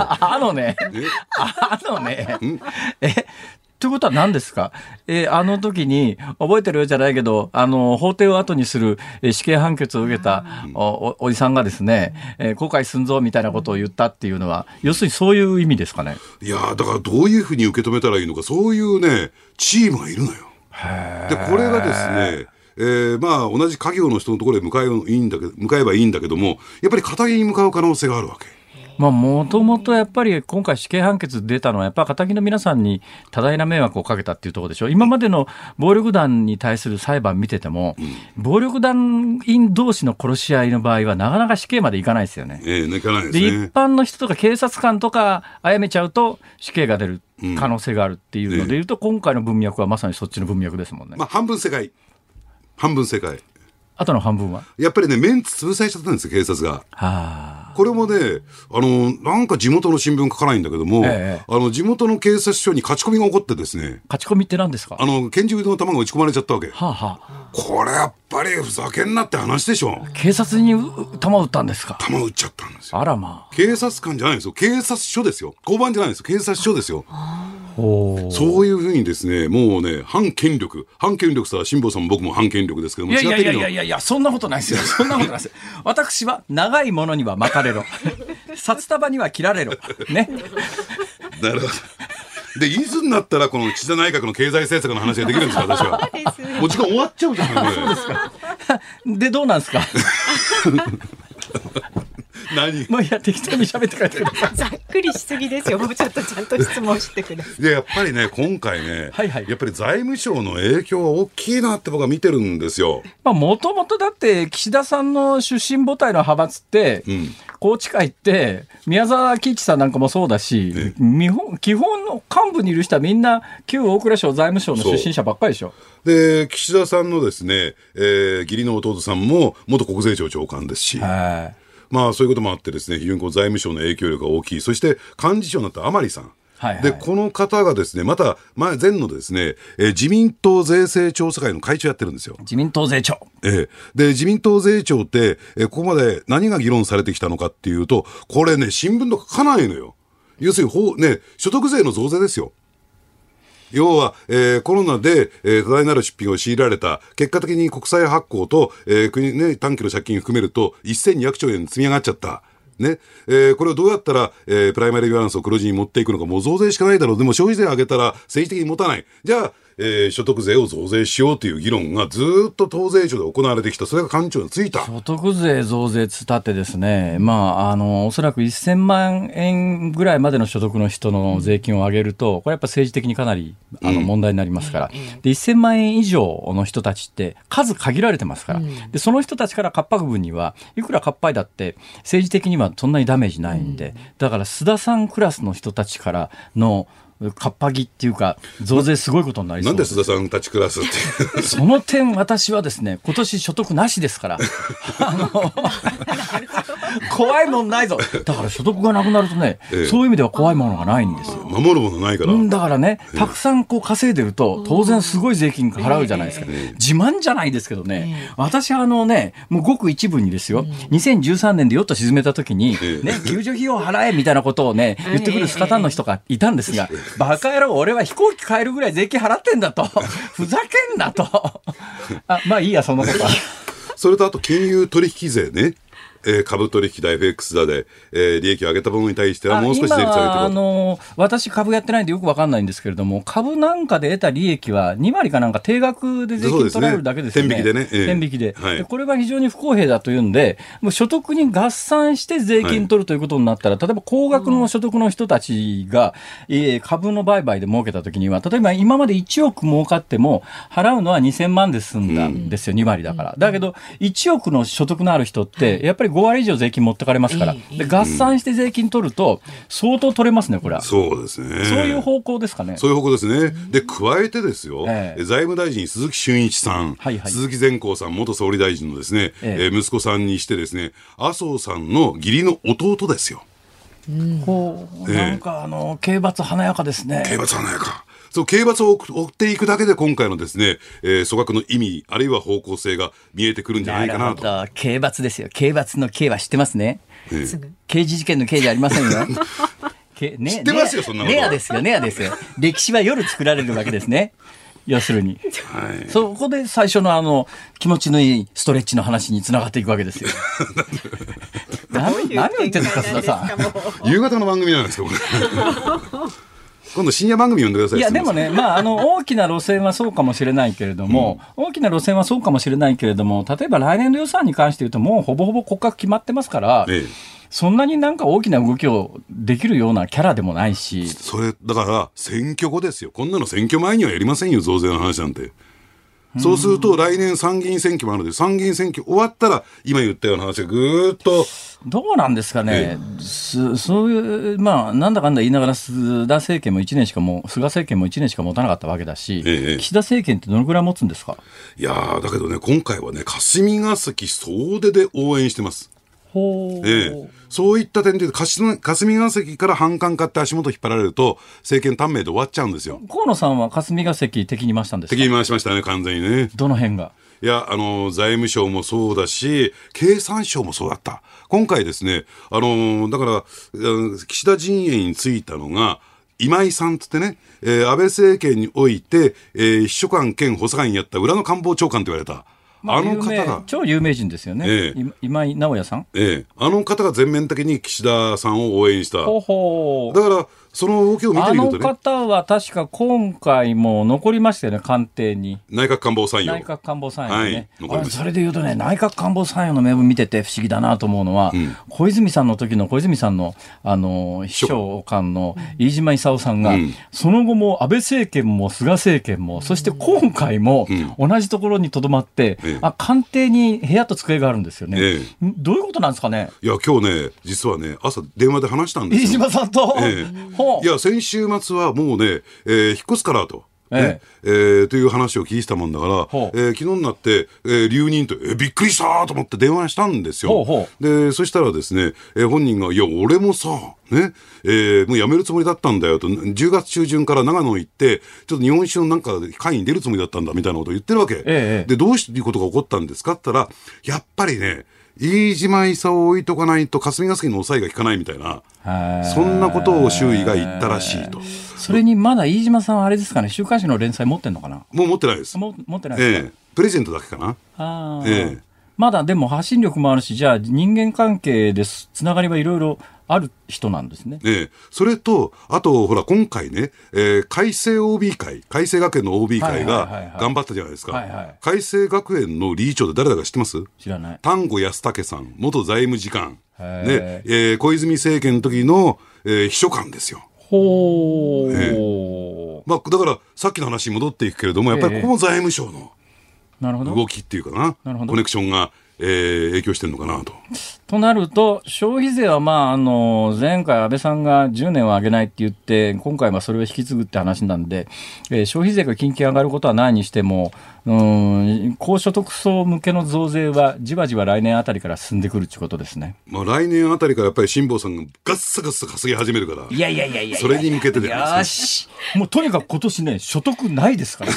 ということは何ですか？あの時に覚えてるよじゃないけど、法廷を後にする死刑判決を受けた おじさんがですね、後悔すんぞみたいなことを言ったっていうのは、要するにそういう意味ですかね？ いやだからどういうふうに受け止めたらいいのか、そういうねチームがいるのよ。でこれがですね、同じ家業の人のところへ向かえばいいんだけども、やっぱり片木に向かう可能性があるわけ。 もともとやっぱり今回死刑判決出たのはやっぱり片木の皆さんに多大な迷惑をかけたっていうところでしょ。今までの暴力団に対する裁判見てても、暴力団員同士の殺し合いの場合はなかなか死刑までいかないですよね。 いかないですね。 で一般の人とか警察官とか殺めちゃうと死刑が出る可能性があるっていうのでいうと、今回の文脈はまさにそっちの文脈ですもんね。 半分世界あとの半分はやっぱりねメンツ潰されちゃったんですよ警察が。 これもね、なんか地元の新聞書かないんだけども、地元の警察署に勝ち込みが起こってですね。 勝ち込みって何ですか？ 拳銃の弾が撃ち込まれちゃったわけ。 はあはあ、 これやっぱりふざけんなって話でしょ。 警察に弾撃ったんですか？ 弾撃っちゃったんですよ。 あらまあ。 警察官じゃないんですよ。警察署ですよ。交番じゃないんですよ。警察署ですよ。そういうふうにですね、もうね、反権力さ、辛坊さんも僕も反権力ですけども、 いや、そんなことないですよ。そんなことないですよ。私は長いものには巻かれろ。札束には切られろ。ね。 なるほど。で、いつになったらこの岸田内閣の経済政策の話ができるんですか、私は。もう時間終わっちゃうじゃないそうですか。で、どうなんですか。 何？ もういや、適当に喋って帰ってください。 ざっくりしすぎですよ。もうちょっとちゃんと質問してください。 で、やっぱりね、今回ね、やっぱり財務省の影響は大きいなって僕は見てるんですよ。 もともとだって岸田さんの出身母体の派閥って、宏池会って宮沢喜一さんなんかもそうだし、基本の幹部にいる人はみんな旧大蔵省財務省の出身者ばっかりでしょ。 で、岸田さんのですね、義理の弟さんも元国税庁長官ですし、まあそういうこともあってですね、非常に財務省の影響力が大きい。そして幹事長になった甘利さん。で、この方がですね、また前のですね、自民党税制調査会の会長やってるんですよ。 自民党税調。 で、自民党税調って、ここまで何が議論されてきたのかっていうと、これね、新聞とか書かないのよ。要するに所得税の増税ですよ。要は、コロナで、多大なる出費を強いられた、結果的に国債発行と、国ね、短期の借金含めると、1200兆円積み上がっちゃった。ね。これをどうやったら、プライマリーバランスを黒字に持っていくのか、もう増税しかないだろう。でも消費税上げたら政治的に持たない。じゃあ、所得税を増税しようという議論がずっと党税調で行われてきた。それが幹事長についた。 所得税増税つったってですね、おそらく1000万円ぐらいまでの所得の人の税金を上げると、これやっぱ政治的にかなり問題になりますから、で1000万円以上の人たちって数限られてますから、でその人たちからかっぱぐ分にはいくらかっぱいだって政治的にはそんなにダメージないんで、だから須田さんクラスの人たちからのかっぱぎっていうか増税すごいことになりそうです。 なんで須田さんたちクラスってその点私はですね、今年所得なしですから怖いもんないぞ。だから所得がなくなるとね、そういう意味では怖いものがないんですよ。 守るものないから。 だからね、たくさん稼いでると当然すごい税金払うじゃないですか。自慢じゃないですけどね、私はもうごく一部にですよ、2013年でヨット沈めた時に、救助費用払えみたいなことをね言ってくるスカタンの人がいたんですが、バカ野郎、俺は飛行機買えるぐらい税金払ってんだとふざけんなとまあいいや、そのことはそれとあと金融取引税ね、株取引だ FX だで、利益を上げたものに対してはもう少し税率上げていこう。 私株やってないんでよく分かんないんですけれども、株なんかで得た利益は2割かなんか定額で税金取られるだけですよね。 天引きでね。 天引きで、でこれは非常に不公平だというんで、もう所得に合算して税金取るということになったら、例えば高額の所得の人たちが、株の売買で儲けたときには、例えば今まで1億儲かっても払うのは2000万で済んだんですよ、2割だから。だけど1億の所得のある人ってやっぱり5割以上税金持ってかれますから、で合算して税金取ると相当取れますね、これは。 そうですね。 そういう方向ですかね。 そういう方向ですね。で加えてですよ、財務大臣鈴木俊一さん、鈴木善光さん元総理大臣のですね、息子さんにしてですね、麻生さんの義理の弟ですよ。 なんか刑罰華やかですね。 刑罰華やか。そう、刑罰を追っていくだけで今回のですね、組閣の意味あるいは方向性が見えてくるんじゃないかなと。 なるほど、刑罰ですよ。刑罰の刑は知ってますね。刑事事件の刑じゃありませんよ。 知ってますよ、そんなこと。 ネアですよ。歴史は夜作られるわけですね。要するに、そこで最初の気持ちのいいストレッチの話につながっていくわけですよ。何を言ってるんですか、須田さん。夕方の番組なんですよ。今度深夜番組呼んでください。 いやでもね、大きな路線はそうかもしれないけれども、例えば来年度予算に関して言うともうほぼほぼ骨格決まってますから、そんなになんか大きな動きをできるようなキャラでもないし。 それだから選挙後ですよ。こんなの選挙前にはやりませんよ、増税の話なんて。そうすると来年参議院選挙もあるので、参議院選挙終わったら今言ったような話がぐーっと。 どうなんですかね。そういうなんだかんだ言いながら菅政権も1年しか持たなかったわけだし、岸田政権ってどのくらい持つんですか。 いやだけどね、今回はね、霞が関総出で応援してます。 そういった点で霞が関から反感買って足元引っ張られると政権短命で終わっちゃうんですよ。 河野さんは霞が関敵に回したんですか？ 敵に回しましたね、完全にね。 どの辺が？ いや、財務省もそうだし、経産省もそうだった。今回ですね、だから、岸田陣営についたのが、今井さんつってね、安倍政権において、秘書官兼補佐官やった裏の官房長官と言われた。あの方が超有名人ですよね、今井直哉さん、 あの方が全面的に岸田さんを応援した。だからその動きを見てみるとね、 あの方は確か今回も残りましたよね、官邸に。 内閣官房参与。 内閣官房参与ね、それでいうとね、内閣官房参与の名簿見てて不思議だなと思うのは、小泉さんの時の小泉さんの、秘書官の飯島勲さんが、その後も安倍政権も菅政権も、そして今回も同じところにとどまって、官邸に部屋と机があるんですよね、どういうことなんですかね。 いや今日ね、実はね、朝電話で話したんですよ、 飯島さんと、 いや先週末はもうね、引っ越すからと。という話を聞いてたもんだから、昨日になって、留任と、びっくりしたと思って電話したんですよ。でそしたらですね、本人がいや俺もさ、ねもう辞めるつもりだったんだよと、10月中旬から長野行ってちょっと日本酒のなんか会に出るつもりだったんだみたいなことを言ってるわけ、でどうしていうことが起こったんですかって言ったら、やっぱりね飯島勲を置いとかないと霞が関の抑えが効かないみたいな、そんなことを周囲が言ったらしいと。 それにまだ飯島さんはあれですかね、週刊誌の連載持ってんのかな。 もう持ってないです。 持ってないですか、 プレゼントだけかな。 まだでも発信力もあるし、じゃあ人間関係です、つながりはいろいろある人なんですね。 それとあとほら今回ね、開成 OB 会、開成学園の OB 会が頑張ったじゃないですか。開成学園の理事長って誰だか知ってます？ 知らない。 丹後康武さん、元財務次官ね、小泉政権の時の、秘書官ですよ。だからさっきの話に戻っていくけれども、やっぱりここも財務省の動きっていうかな、コネクションが、影響してるのかなと。 となると消費税は、前回安倍さんが10年は上げないって言って、今回はそれを引き継ぐって話なんで、消費税が近々上がることはないにしても、高所得層向けの増税はじわじわ来年あたりから進んでくるってことですね。 来年あたりからやっぱり辛坊さんがガッサガッサ稼ぎ始めるから、 いやそれに向けてで、 よし、もうとにかく今年ね、所得ないですから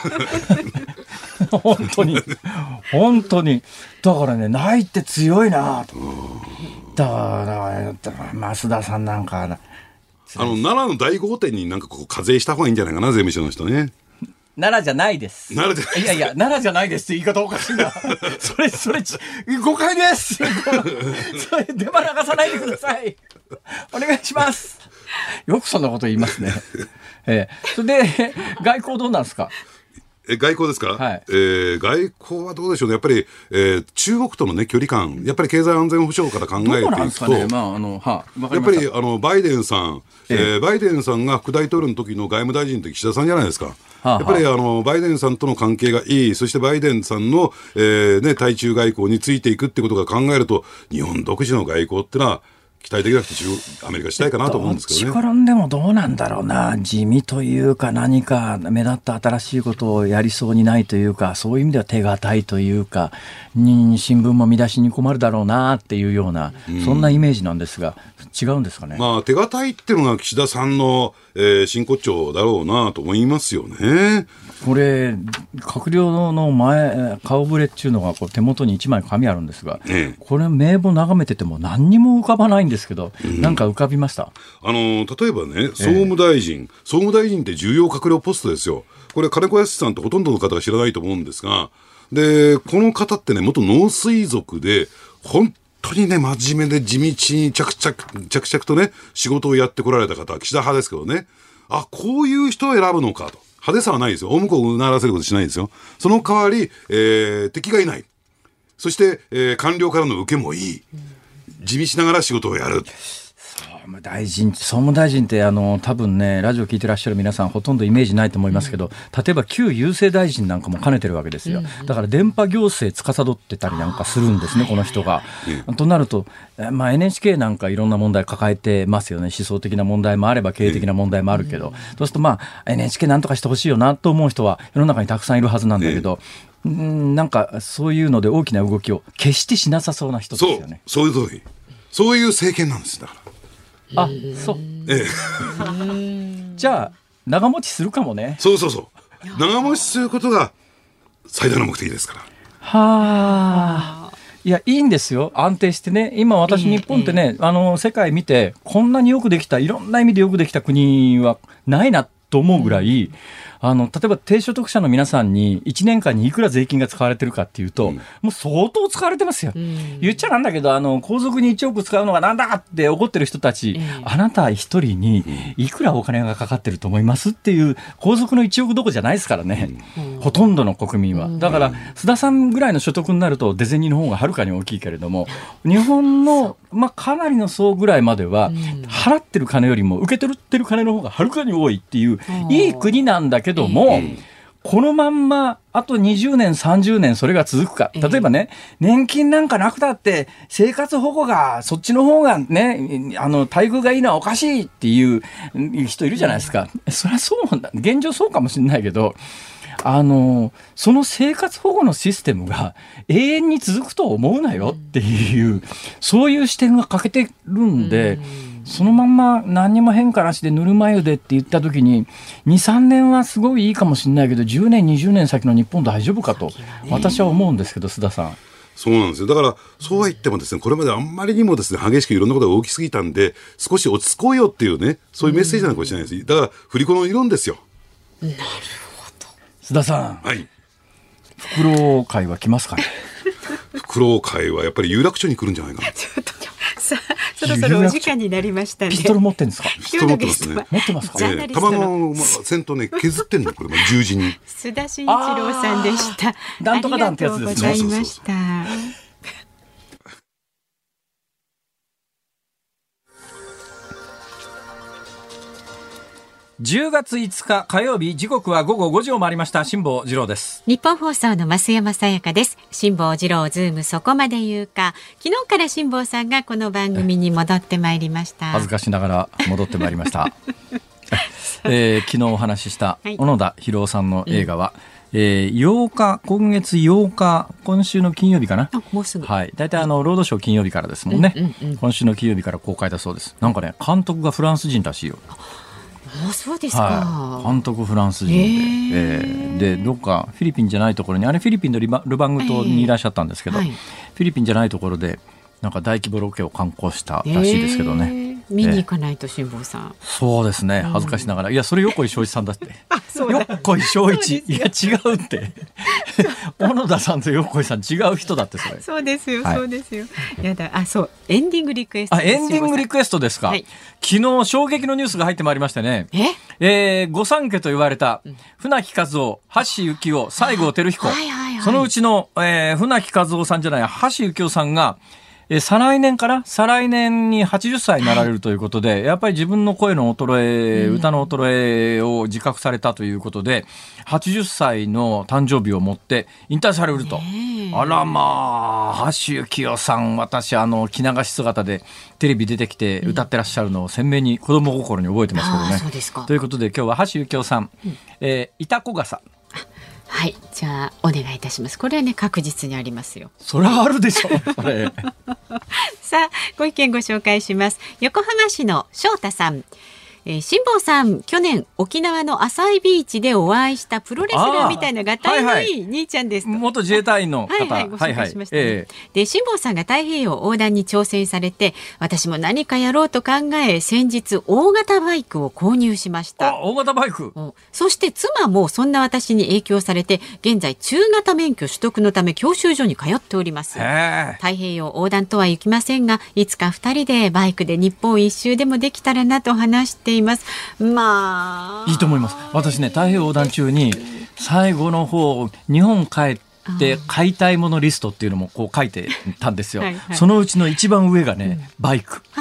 本当にだからね、ないって強いなと。だから増田さんなんか奈良の大豪店になんかここ課税した方がいいんじゃないかな、税務署の人ね。 奈良じゃないです。 奈良じゃない。 いや奈良じゃないですって言い方おかしいなそれ誤解ですそれデマ流さないでくださいお願いします。よくそんなこと言いますねそれで外交どうなんですか？ 外交ですか、外交はどうでしょうね。やっぱり、中国との、ね、距離感、やっぱり経済安全保障から考えていくと、やっぱりバイデンさん、バイデンさんが副大統領の時の外務大臣って岸田さんじゃないですか。やっぱりバイデンさんとの関係がいい、そしてバイデンさんの、対中外交についていくってことが考えると、日本独自の外交ってのは期待できなくてアメリカしたいかなと思うんですけどね。 どっち転んでもどうなんだろうな、地味というか何か目立った新しいことをやりそうにないというか、そういう意味では手堅いというか、新聞も見出しに困るだろうなっていうような、そんなイメージなんですが、違うんですかね。 手堅いっていうのが岸田さんの、真骨頂だろうなと思いますよね。 これ閣僚の顔ぶれっていうのが手元に1枚紙あるんですが、これ名簿眺めてても何にも浮かばないんですけど、なんか浮かびました？ 例えばね、総務大臣って重要閣僚ポストですよ。これ金子康さんってほとんどの方が知らないと思うんですが、でこの方ってね、元農水族で本当にね、真面目で地道に着々とね仕事をやってこられた方、岸田派ですけどね、こういう人を選ぶのかと。派手さはないですよ。大向こうをうならせることしないですよ。その代わり、敵がいない。そして、官僚からの受けもいい。地道ながら仕事をやる。 総務大臣って多分ね、ラジオ聞いてらっしゃる皆さんほとんどイメージないと思いますけど、例えば旧郵政大臣なんかも兼ねてるわけですよ。だから電波行政司ってたりなんかするんですね、この人が。となると、NHK なんかいろんな問題抱えてますよね。思想的な問題もあれば経営的な問題もあるけど、そうするとNHK なんとかしてほしいよなと思う人は世の中にたくさんいるはずなんだけど、 なんかそういうので大きな動きを決してしなさそうな人ですよね。 そういう時、そういう政権なんです。だから。 そう。じゃあ長持ちするかもね。 そう長持ちすることが最大の目的ですから。 いや、いいんですよ、安定してね。今私日本ってね、世界見てこんなによくできた、いろんな意味でよくできた国はないなと思うぐらい、例えば低所得者の皆さんに1年間にいくら税金が使われてるかっていうと、もう相当使われてますよ。言っちゃなんだけど、皇族に1億使うのがなんだって怒ってる人たち、あなた一人にいくらお金がかかってると思いますっていう、皇族の1億どころじゃないですからね、ほとんどの国民は。だから須田さんぐらいの所得になると出銭の方がはるかに大きいけれども、日本の、かなりの層ぐらいまでは払ってる金よりも受け取ってる金の方がはるかに多いっていう、いい国なんだけども、このまんまあと20年30年それが続くか。例えばね、年金なんかなくたって生活保護がそっちの方がね、待遇がいいのはおかしいっていう人いるじゃないですか。そりゃそうだ、現状そうかもしれないけど、その生活保護のシステムが永遠に続くと思うなよっていう、そういう視点が欠けてるんで、そのまんま何にも変化なしでぬるま湯でって言った時に 2,3 年はすごいいいかもしれないけど、10年20年先の日本大丈夫かと私は思うんですけど、須田さん。 そうなんですよ。だからそうは言ってもですね、これまであんまりにもですね激しくいろんなことが大きすぎたんで、少し落ち着こうよっていうね、そういうメッセージなのかもしれないです。だから振り子の理論ですよ。 なるほど。 須田さん、 はい、 フクロウ会は来ますかね。 フクロウ会はやっぱり有楽町に来るんじゃないかな。 ちょっとそろそろお時間になりましたね。 ピストル持ってるんですか。 ピストル持ってますね。 持ってますか。 弾の先頭ね削ってんの、これ十字に。 須田慎一郎さんでした。 なんとか弾ってやつですね。 ありがとうございました。 10月5日火曜日、時刻は午後5時を回りました。辛坊治郎です。 日本放送の増山さやかです。辛坊治郎ズームそこまで言うか。昨日から辛坊さんがこの番組に戻ってまいりました。 恥ずかしながら戻ってまいりました昨日お話しした小野田博夫さんの映画は、8日、今月8日、今週の金曜日かな。 もうすぐ。 はい。大体ロードショー金曜日からですもんね。今週の金曜日から公開だそうです。なんかね、監督がフランス人らしいよ。 そうですか。 監督フランス人で、どっかフィリピンじゃないところに、あれフィリピンのルバング島にいらっしゃったんですけど、フィリピンじゃないところでなんか大規模ロケを敢行したらしいですけどね。 見に行かないと辛坊さん。 そうですね、恥ずかしながら。いや、それ横井正一さんだって。横井正一、いや違うって小野田さんと横井さん違う人だって。それそうですよ、そうですよ。やだ、そう、エンディングリクエスト。 エンディングリクエストですか。昨日衝撃のニュースが入ってまいりましてね。御三家と言われた船木和夫、橋幸夫、西郷輝彦、そのうちの、船木和夫さんじゃない、橋幸夫さんが再来年に80歳になられるということで、やっぱり自分の声の衰え、歌の衰えを自覚されたということで、80歳の誕生日をもって引退されると。あらまあ、橋幸夫さん、私着流し姿でテレビ出てきて歌ってらっしゃるのを鮮明に子供心に覚えてますけどね。 そうですか。 ということで今日は橋幸夫さん、潮来笠。 はい、じゃあお願いいたします。これはね、確実にありますよ。 それはあるでしょそれさあ、ご意見ご紹介します。横浜市の翔太さん。辛坊さん、去年沖縄の浅いビーチでお会いしたプロレスラーみたいながたいのいい兄ちゃんですと。 元自衛隊員の方、 ご紹介しましたね。で、辛坊さんが太平洋横断に挑戦されて、私も何かやろうと考え、先日大型バイクを購入しました。 大型バイク。 そして妻もそんな私に影響されて、現在中型免許取得のため教習所に通っております。太平洋横断とは行きませんが、いつか2人でバイクで日本一周でもできたらなと話しています。まあいいと思います。私ね、太平洋横断中に最後の方、日本帰って買いたいものリストっていうのもこう書いてたんですよ。そのうちの一番上がね、バイク。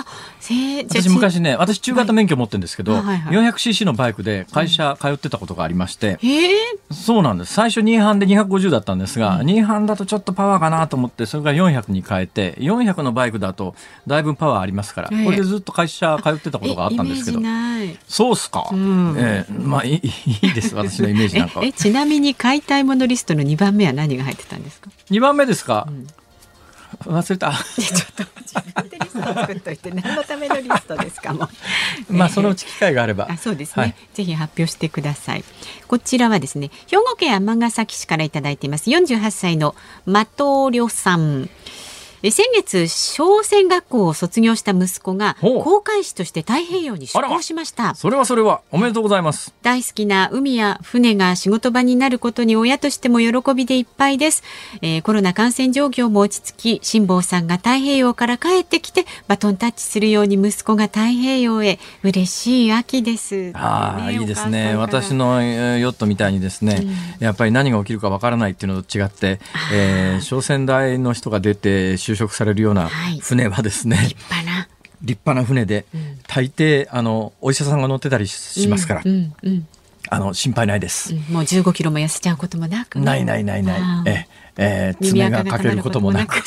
私昔ね、私中型免許持ってるんですけど、400cc のバイクで会社通ってたことがありまして、そうなんです。最初2班で250だったんですが、2班だとちょっとパワーかなと思って、それから400に変えて、400のバイクだとだいぶパワーありますから、これでずっと会社通ってたことがあったんですけど。そうっすか。まあいいです、私のイメージなんかは。 ちなみに買いたいものリストの2番目は何が入ってたんですか ？2番目ですか？忘れた。 ちょっと自分でリスト作っといて何のためのリストですかもう。 まあそのうち機会があれば。 そうですね、ぜひ発表してください。こちらはですね、兵庫県尼崎市からいただいています。48歳のマトリョさん。先月商船学校を卒業した息子が航海士として太平洋に出港しました。 それはおめでとうございます。 大好きな海や船が仕事場になることに親としても喜びでいっぱいです。コロナ感染状況も落ち着き、辛坊さんが太平洋から帰ってきてバトンタッチするように息子が太平洋へ。嬉しい秋です。 いいですね。私のヨットみたいにですね、やっぱり何が起きるかわからないっていうのと違って、商船大の人が出て就職されるような船はですね、立派な船で、大抵お医者さんが乗ってたりしますから、心配ないです。 もう15キロも痩せちゃうこともなく、 ない爪がかけることもなく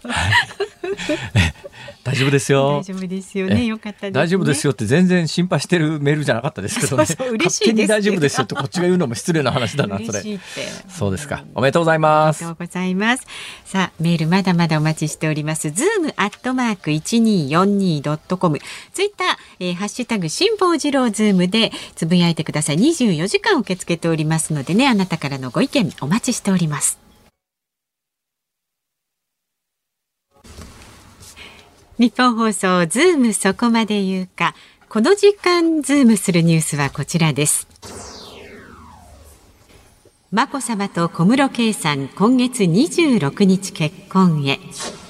大丈夫ですよ。 大丈夫ですよね。よかったですね。 大丈夫ですよって全然心配してるメールじゃなかったですけどね。 嬉しいです。 勝手に大丈夫ですよってこっちが言うのも失礼な話だなそれ。そうですか。おめでとうございます。 ありがとうございます。さあメールまだまだお待ちしております。zoom@1242.com、ツイッター、ハッシュタグ辛坊治郎ズームでつぶやいてください。24時間受け付けておりますのでね、あなたからのご意見お待ちしております。日本放送ズームそこまで言うか。この時間ズームするニュースはこちらです。眞子さまと小室圭さん、今月26日結婚へ。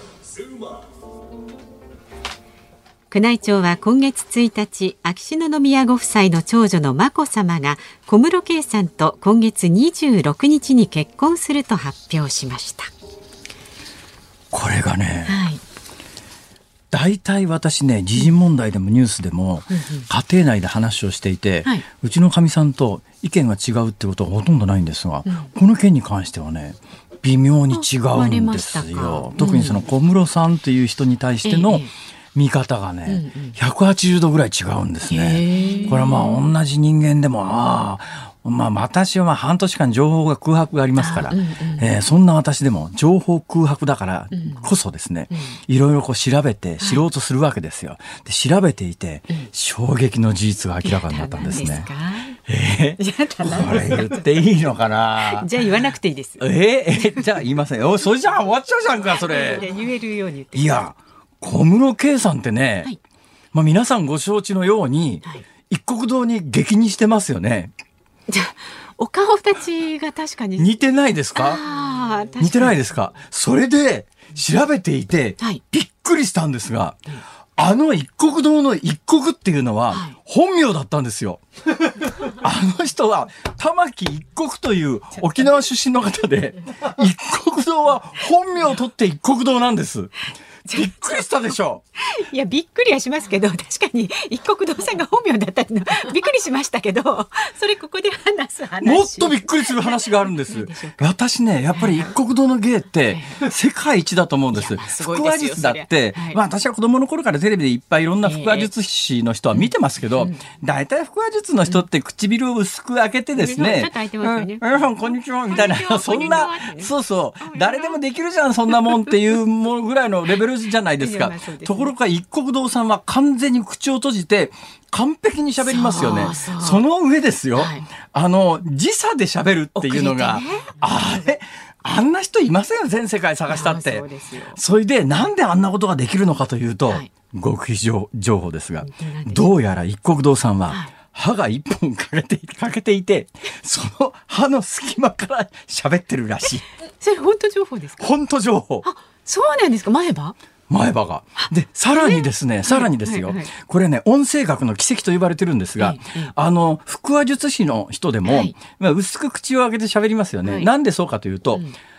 宮内庁は今月1日、秋篠宮ご夫妻の長女の眞子さまが小室圭さんと今月26日に結婚すると発表しました。 これがね、大体私ね、時事問題でもニュースでも家庭内で話をしていて、うちのかみさんと意見が違うってことはほとんどないんですが、この件に関してはね微妙に違うんですよ。特にその小室さんという人に対しての見方がね、180度ぐらい違うんですね。これはまあ同じ人間でも私は半年間情報が空白がありますから、そんな私でも情報空白だからこそですね、いろいろこう調べて知ろうとするわけですよ。で調べていて、衝撃の事実が明らかになったんですね。これ言っていいのかな。 じゃあ言わなくていいです。 じゃあ言いません。それじゃあ終わっちゃうじゃんかそれ。 言えるように言って。 いや、小室圭さんってね、皆さんご承知のように、一国堂に激似してますよね。 じゃあお顔立ちが確かに似てないですか？似てないですか？それで調べていて、びっくりしたんですが、あの一国堂の一国っていうのは本名だったんですよ。あの人は玉木一国という沖縄出身の方で、一国堂は本名を取って一国堂なんです。びっくりしたでしょ。 いやびっくりはしますけど、確かに一国堂さんが本名だったのびっくりしましたけど、それここで話す話、 もっとびっくりする話があるんです。私ね、やっぱり一国堂の芸って世界一だと思うんです。腹話術だって、私は子供の頃からテレビでいっぱいいろんな腹話術師の人は見てますけど、大体腹話術の人って唇を薄く開けてですね、皆さんこんにちはみたいな、そんな、誰でもできるじゃんそんなもんっていうぐらいのレベルじゃないですか。ところが一国堂さんは完全に口を閉じて完璧に喋りますよね。その上ですよ、時差で喋るっていうのが、あんな人いませんよ、全世界探したって。それでなんであんなことができるのかというと、極秘情報ですが、どうやら一国堂さんは歯が一本欠けていて、その歯の隙間から喋ってるらしい。 それ本当情報ですか？ 本当情報。 そうなんですか。前歯が。で、さらにですよ。これね、音声学の奇跡と呼ばれてるんですが、腹話術師の人でも、薄く口を開けて喋りますよね。なんでそうかというと、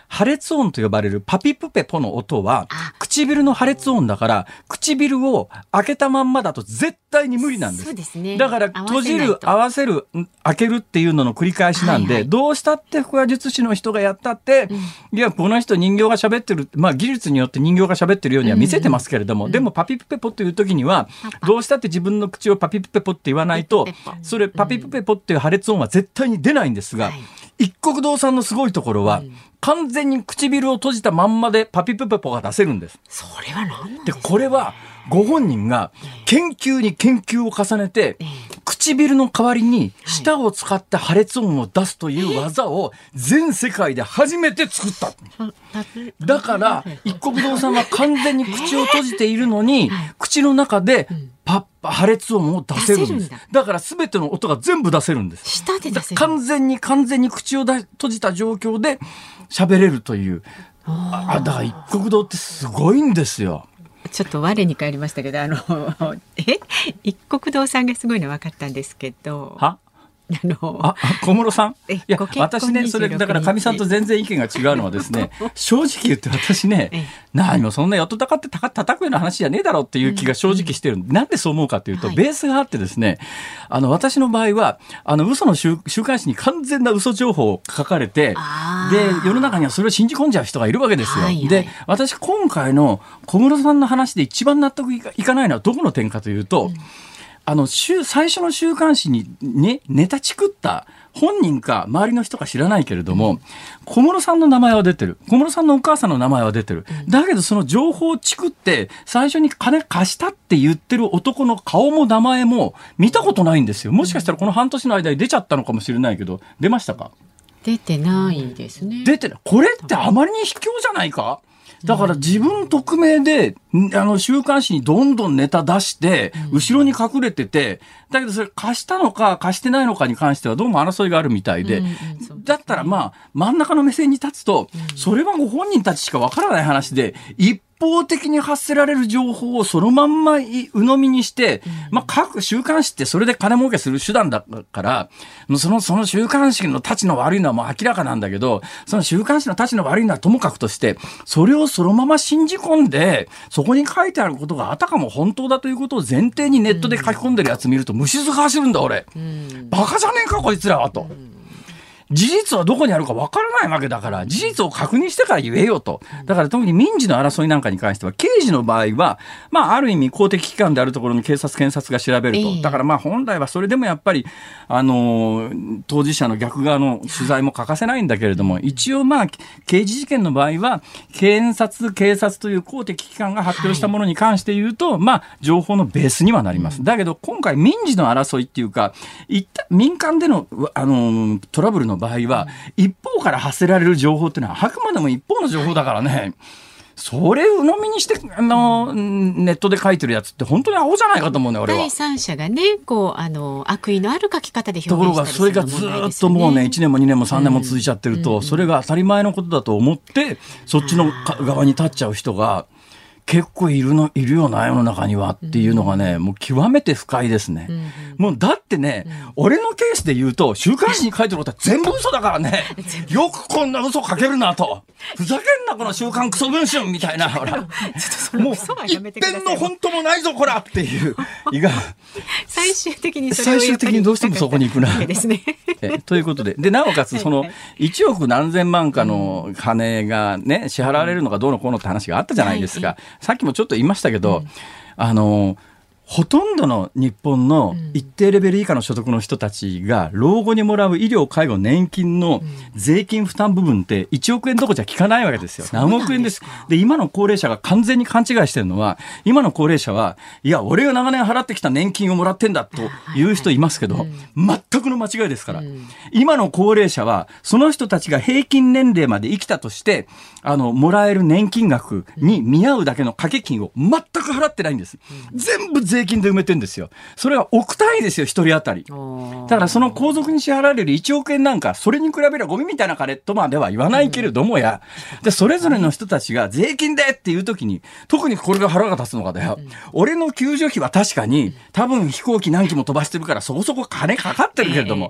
破裂音と呼ばれるパピプペポの音は唇の破裂音だから、唇を開けたまんまだと絶対に無理なんです。 そうですね。 だから閉じる、合わせる、開けるっていうのの繰り返しなんで、どうしたって腹話術師の人がやったって、いやこの人人形が喋ってる、まあ技術によって人形が喋ってるようには見せてますけれども、でもパピプペポという時にはどうしたって自分の口をパピプペポって言わないと、それパピプペポっていう破裂音は絶対に出ないんですが、一国堂さんのすごいところは、完全に唇を閉じたまんまでパピプペポが出せるんです。 それは何なんですか？ でこれはご本人が研究に研究を重ねて、唇の代わりに舌を使って破裂音を出すという技を全世界で初めて作った。だから一国堂さんは完全に口を閉じているのに、口の中で破裂音を出せるんです。だから全ての音が全部出せるんです。 舌で出せる。 完全に口を閉じた状況で喋れるという。だから一国堂ってすごいんですよ。 ちょっと我に返りましたけど、一国堂さんがすごいの分かったんですけど。 小室さん、いや私ね、それだからかみさんと全然意見が違うのはですね、正直言って私ね、何もそんなよっとたかって叩くような話じゃねえだろうっていう気が正直してる。なんでそう思うかというと、ベースがあってですね、私の場合は嘘の週刊誌に完全な嘘情報を書かれて、で世の中にはそれを信じ込んじゃう人がいるわけですよ。で私今回の小室さんの話で一番納得いかないのはどこの点かというと、最初の週刊誌にね、ネタチクった本人か周りの人か知らないけれども、小室さんの名前は出てる。小室さんのお母さんの名前は出てる。だけどその情報をチクって最初に金貸したって言ってる男の顔も名前も見たことないんですよ。もしかしたらこの半年の間に出ちゃったのかもしれないけど、出ましたか？ 出てないですね。 出てない。これってあまりに卑怯じゃないか？だから自分匿名で週刊誌にどんどんネタ出して後ろに隠れてて、だけどそれ貸したのか貸してないのかに関してはどうも争いがあるみたいで、だったらまあ真ん中の目線に立つと、それはご本人たちしかわからない話で、一方的に発せられる情報をそのまんま鵜呑みにして、各週刊誌ってそれで金儲けする手段だから、その週刊誌の立ちの悪いのはもう明らかなんだけど、その週刊誌の立ちの悪いのはともかくとして、それをそのまま信じ込んで、そこに書いてあることがあたかも本当だということを前提にネットで書き込んでるやつ見ると虫ずが走るんだ俺。バカじゃねえかこいつらはと。事実はどこにあるかわからないわけだから、事実を確認してから言えよと。だから特に民事の争いなんかに関しては、刑事の場合は、ある意味公的機関であるところの警察検察が調べると。だから本来はそれでもやっぱり、当事者の逆側の取材も欠かせないんだけれども、一応刑事事件の場合は、検察、警察という公的機関が発表したものに関して言うと、情報のベースにはなります。だけど今回民事の争いっていうか、民間での、トラブルの場合は一方から発せられる情報っていうのはあくまでも一方の情報だからね、それを鵜呑みにしてネットで書いてるやつって本当にアホじゃないかと思うね俺は。 第三者がね悪意のある書き方で表現したりするところがそれがずっともうね1年も2年も3年も続いちゃってると、それが当たり前のことだと思ってそっちの側に立っちゃう人が結構いるよな世の中にはっていうのがね、もう極めて不快ですね。もうだってね、俺のケースで言うと週刊誌に書いてることは全部嘘だからね。よくこんな嘘書けるなと。ふざけんなこの週刊クソ文春みたいな、ほら。もう一点の本当もないぞこらっていう意が最終的にどうしてもそこに行くな。 ですね。 ということで、なおかつその1億何千万かの金がね支払われるのかどうのこうのって話があったじゃないですか。さっきもちょっと言いましたけど、ほとんどの日本の一定レベル以下の所得の人たちが老後にもらう医療介護年金の税金負担部分って1億円どころじゃ効かないわけですよ。何億円です。で今の高齢者が完全に勘違いしてるのは、今の高齢者はいや俺が長年払ってきた年金をもらってんだという人いますけど、全くの間違いですから。今の高齢者はその人たちが平均年齢まで生きたとしてもらえる年金額に見合うだけの掛け金を全く払ってないんです。全部税金で埋めてるんですよ。それは億単位ですよ、一人当たり。だからその皇族に支払われる1億円なんか、それに比べればゴミみたいな金とまでは言わないけれどもや、でそれぞれの人たちが税金でっていう時に、特にこれが腹が立つのかだよ。俺の救助費は確かに多分飛行機何機も飛ばしてるからそこそこ金かかってるけれども、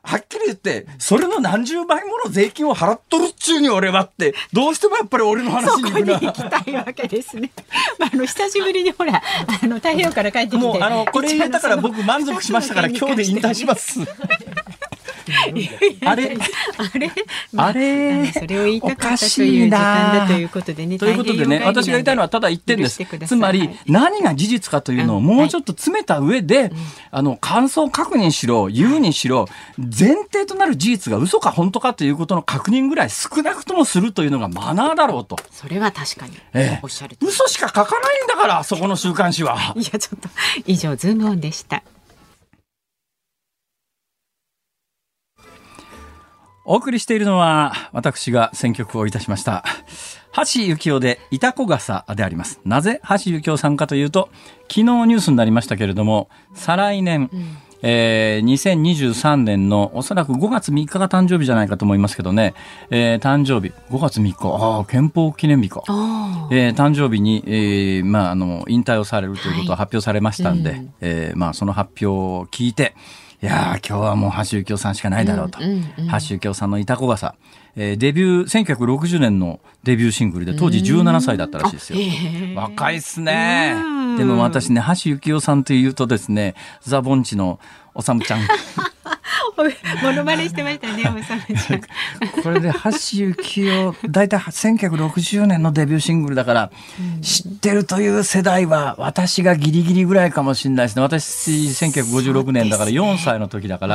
はっきり言って、それの何十倍もの税金を払っとるっちゅうに俺はって、どうしてもやっぱり俺の話にそこに行きたいわけですね。久しぶりにほら、太平洋から帰ってきて。 もうこれ言えたから僕満足しましたから、今日で引退します。あれそれを言いたかったという時間だということでね。 ということでね、私が言いたいのはただ一点です。つまり何が事実かというのをもうちょっと詰めた上で、感想確認しろ、言うにしろ、前提となる事実が嘘か本当かということの確認ぐらい少なくともするというのがマナーだろうと。 それは確かにおっしゃる。 嘘しか書かないんだから、そこの週刊誌は。 いや、ちょっと以上ズームオンでした。 お送りしているのは、私が選曲をいたしました橋幸夫でいたこ傘であります。なぜ橋幸夫さんかというと、昨日ニュースになりましたけれども、再来年、2023年のおそらく5月3日が誕生日じゃないかと思いますけどね、誕生日5月3日、憲法記念日か、誕生日に、引退をされるということが発表されましたんで、その発表を聞いて、いやー、今日はもう橋幸夫さんしかないだろうと。橋幸夫さんのいたこ傘。デビュー、1960年のデビューシングルで、当時17歳だったらしいですよ。若いっすね。でも私ね、橋幸夫さんというとですね、ザ・ボンチのおさむちゃん。 モノマネしてましたね、おさむちゃん。 これで橋幸夫、だいたい1960年のデビューシングルだから、知ってるという世代は私がギリギリぐらいかもしれないですね。私1956年だから4歳の時だから、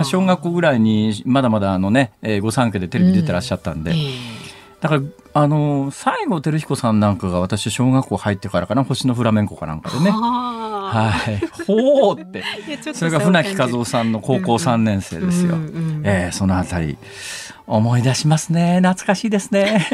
小学校ぐらいにまだまだ御三家でテレビ出てらっしゃったんで、だから西郷輝彦さんなんかが私小学校入ってからかな、星のフラメンコかなんかでね、ほーって、それが船木和夫さんの高校3年生ですよ。そのあたり思い出しますね。懐かしいですね。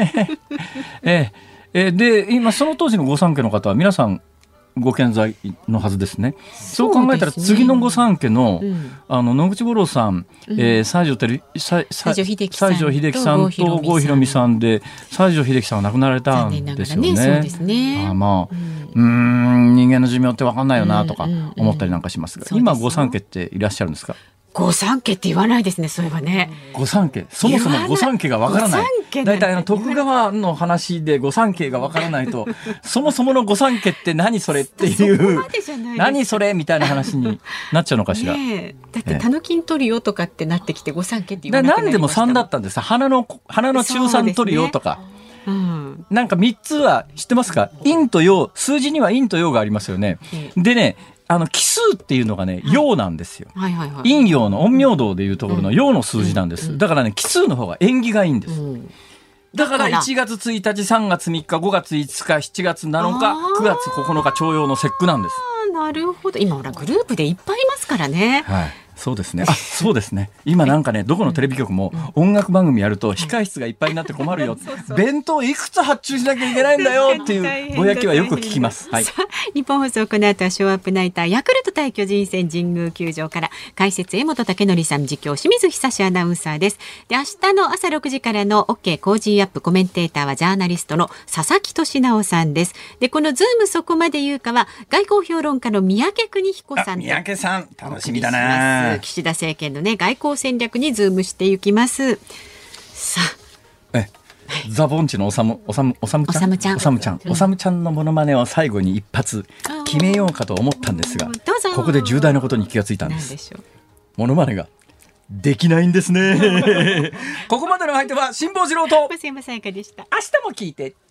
で今その当時の御三家の方は皆さんご健在のはずですね。そう考えたら次の御三家の、野口五郎さん、西城秀樹さんと郷ひろみさんで、西城秀樹さんは亡くなられたんですよね。 そうですね。 人間の寿命って分かんないよなとか思ったりなんかしますが、今御三家っていらっしゃるんですか？ 御三家って言わないですね、そういえばね。 御三家、そもそも御三家がわからない。だいたい徳川の話で御三家がわからないと、そもそもの御三家って何それっていう、何それみたいな話になっちゃうのかしら。 だってタヌキントリオとかってなってきて御三家って言わなくなりました。 何でも3だったんです。花の中3トリオとか。なんか3つは知ってますか？陰と陽、数字には陰と陽がありますよね。でね、奇数っていうのがね、陽なんですよ。陰陽の陰陽道でいうところの陽の数字なんです。だからね、奇数の方が縁起がいいんです。だから1月1日、3月3日、5月5日、7月7日、9月9日、徴用の節句なんです。 なるほど。今ほらグループでいっぱいいますからね。 そうですね。そうですね。今なんかね、どこのテレビ局も音楽番組やると控室がいっぱいになって困るよ。弁当いくつ発注しなきゃいけないんだよっていうぼやきはよく聞きます。 日本放送、この後はショーアップナイター、ヤクルト対巨人戦神宮球場から解説江本武則さん、実況清水久アナウンサーです。で、明日の朝6時からの OK コージーアップコメンテーターはジャーナリストの佐々木俊直さんです。で、このズームそこまで言うかは外交評論家の三宅邦彦さん。 三宅さん楽しみだな。 岸田政権のね、外交戦略にズームしていきます。さあ、 ザ・ボンチのおさむちゃんのモノマネを最後に一発決めようかと思ったんですが、ここで重大なことに気がついたんです。モノマネができないんですね。ここまでの相手は辛坊治郎と増山さやかでした。 明日も聞いて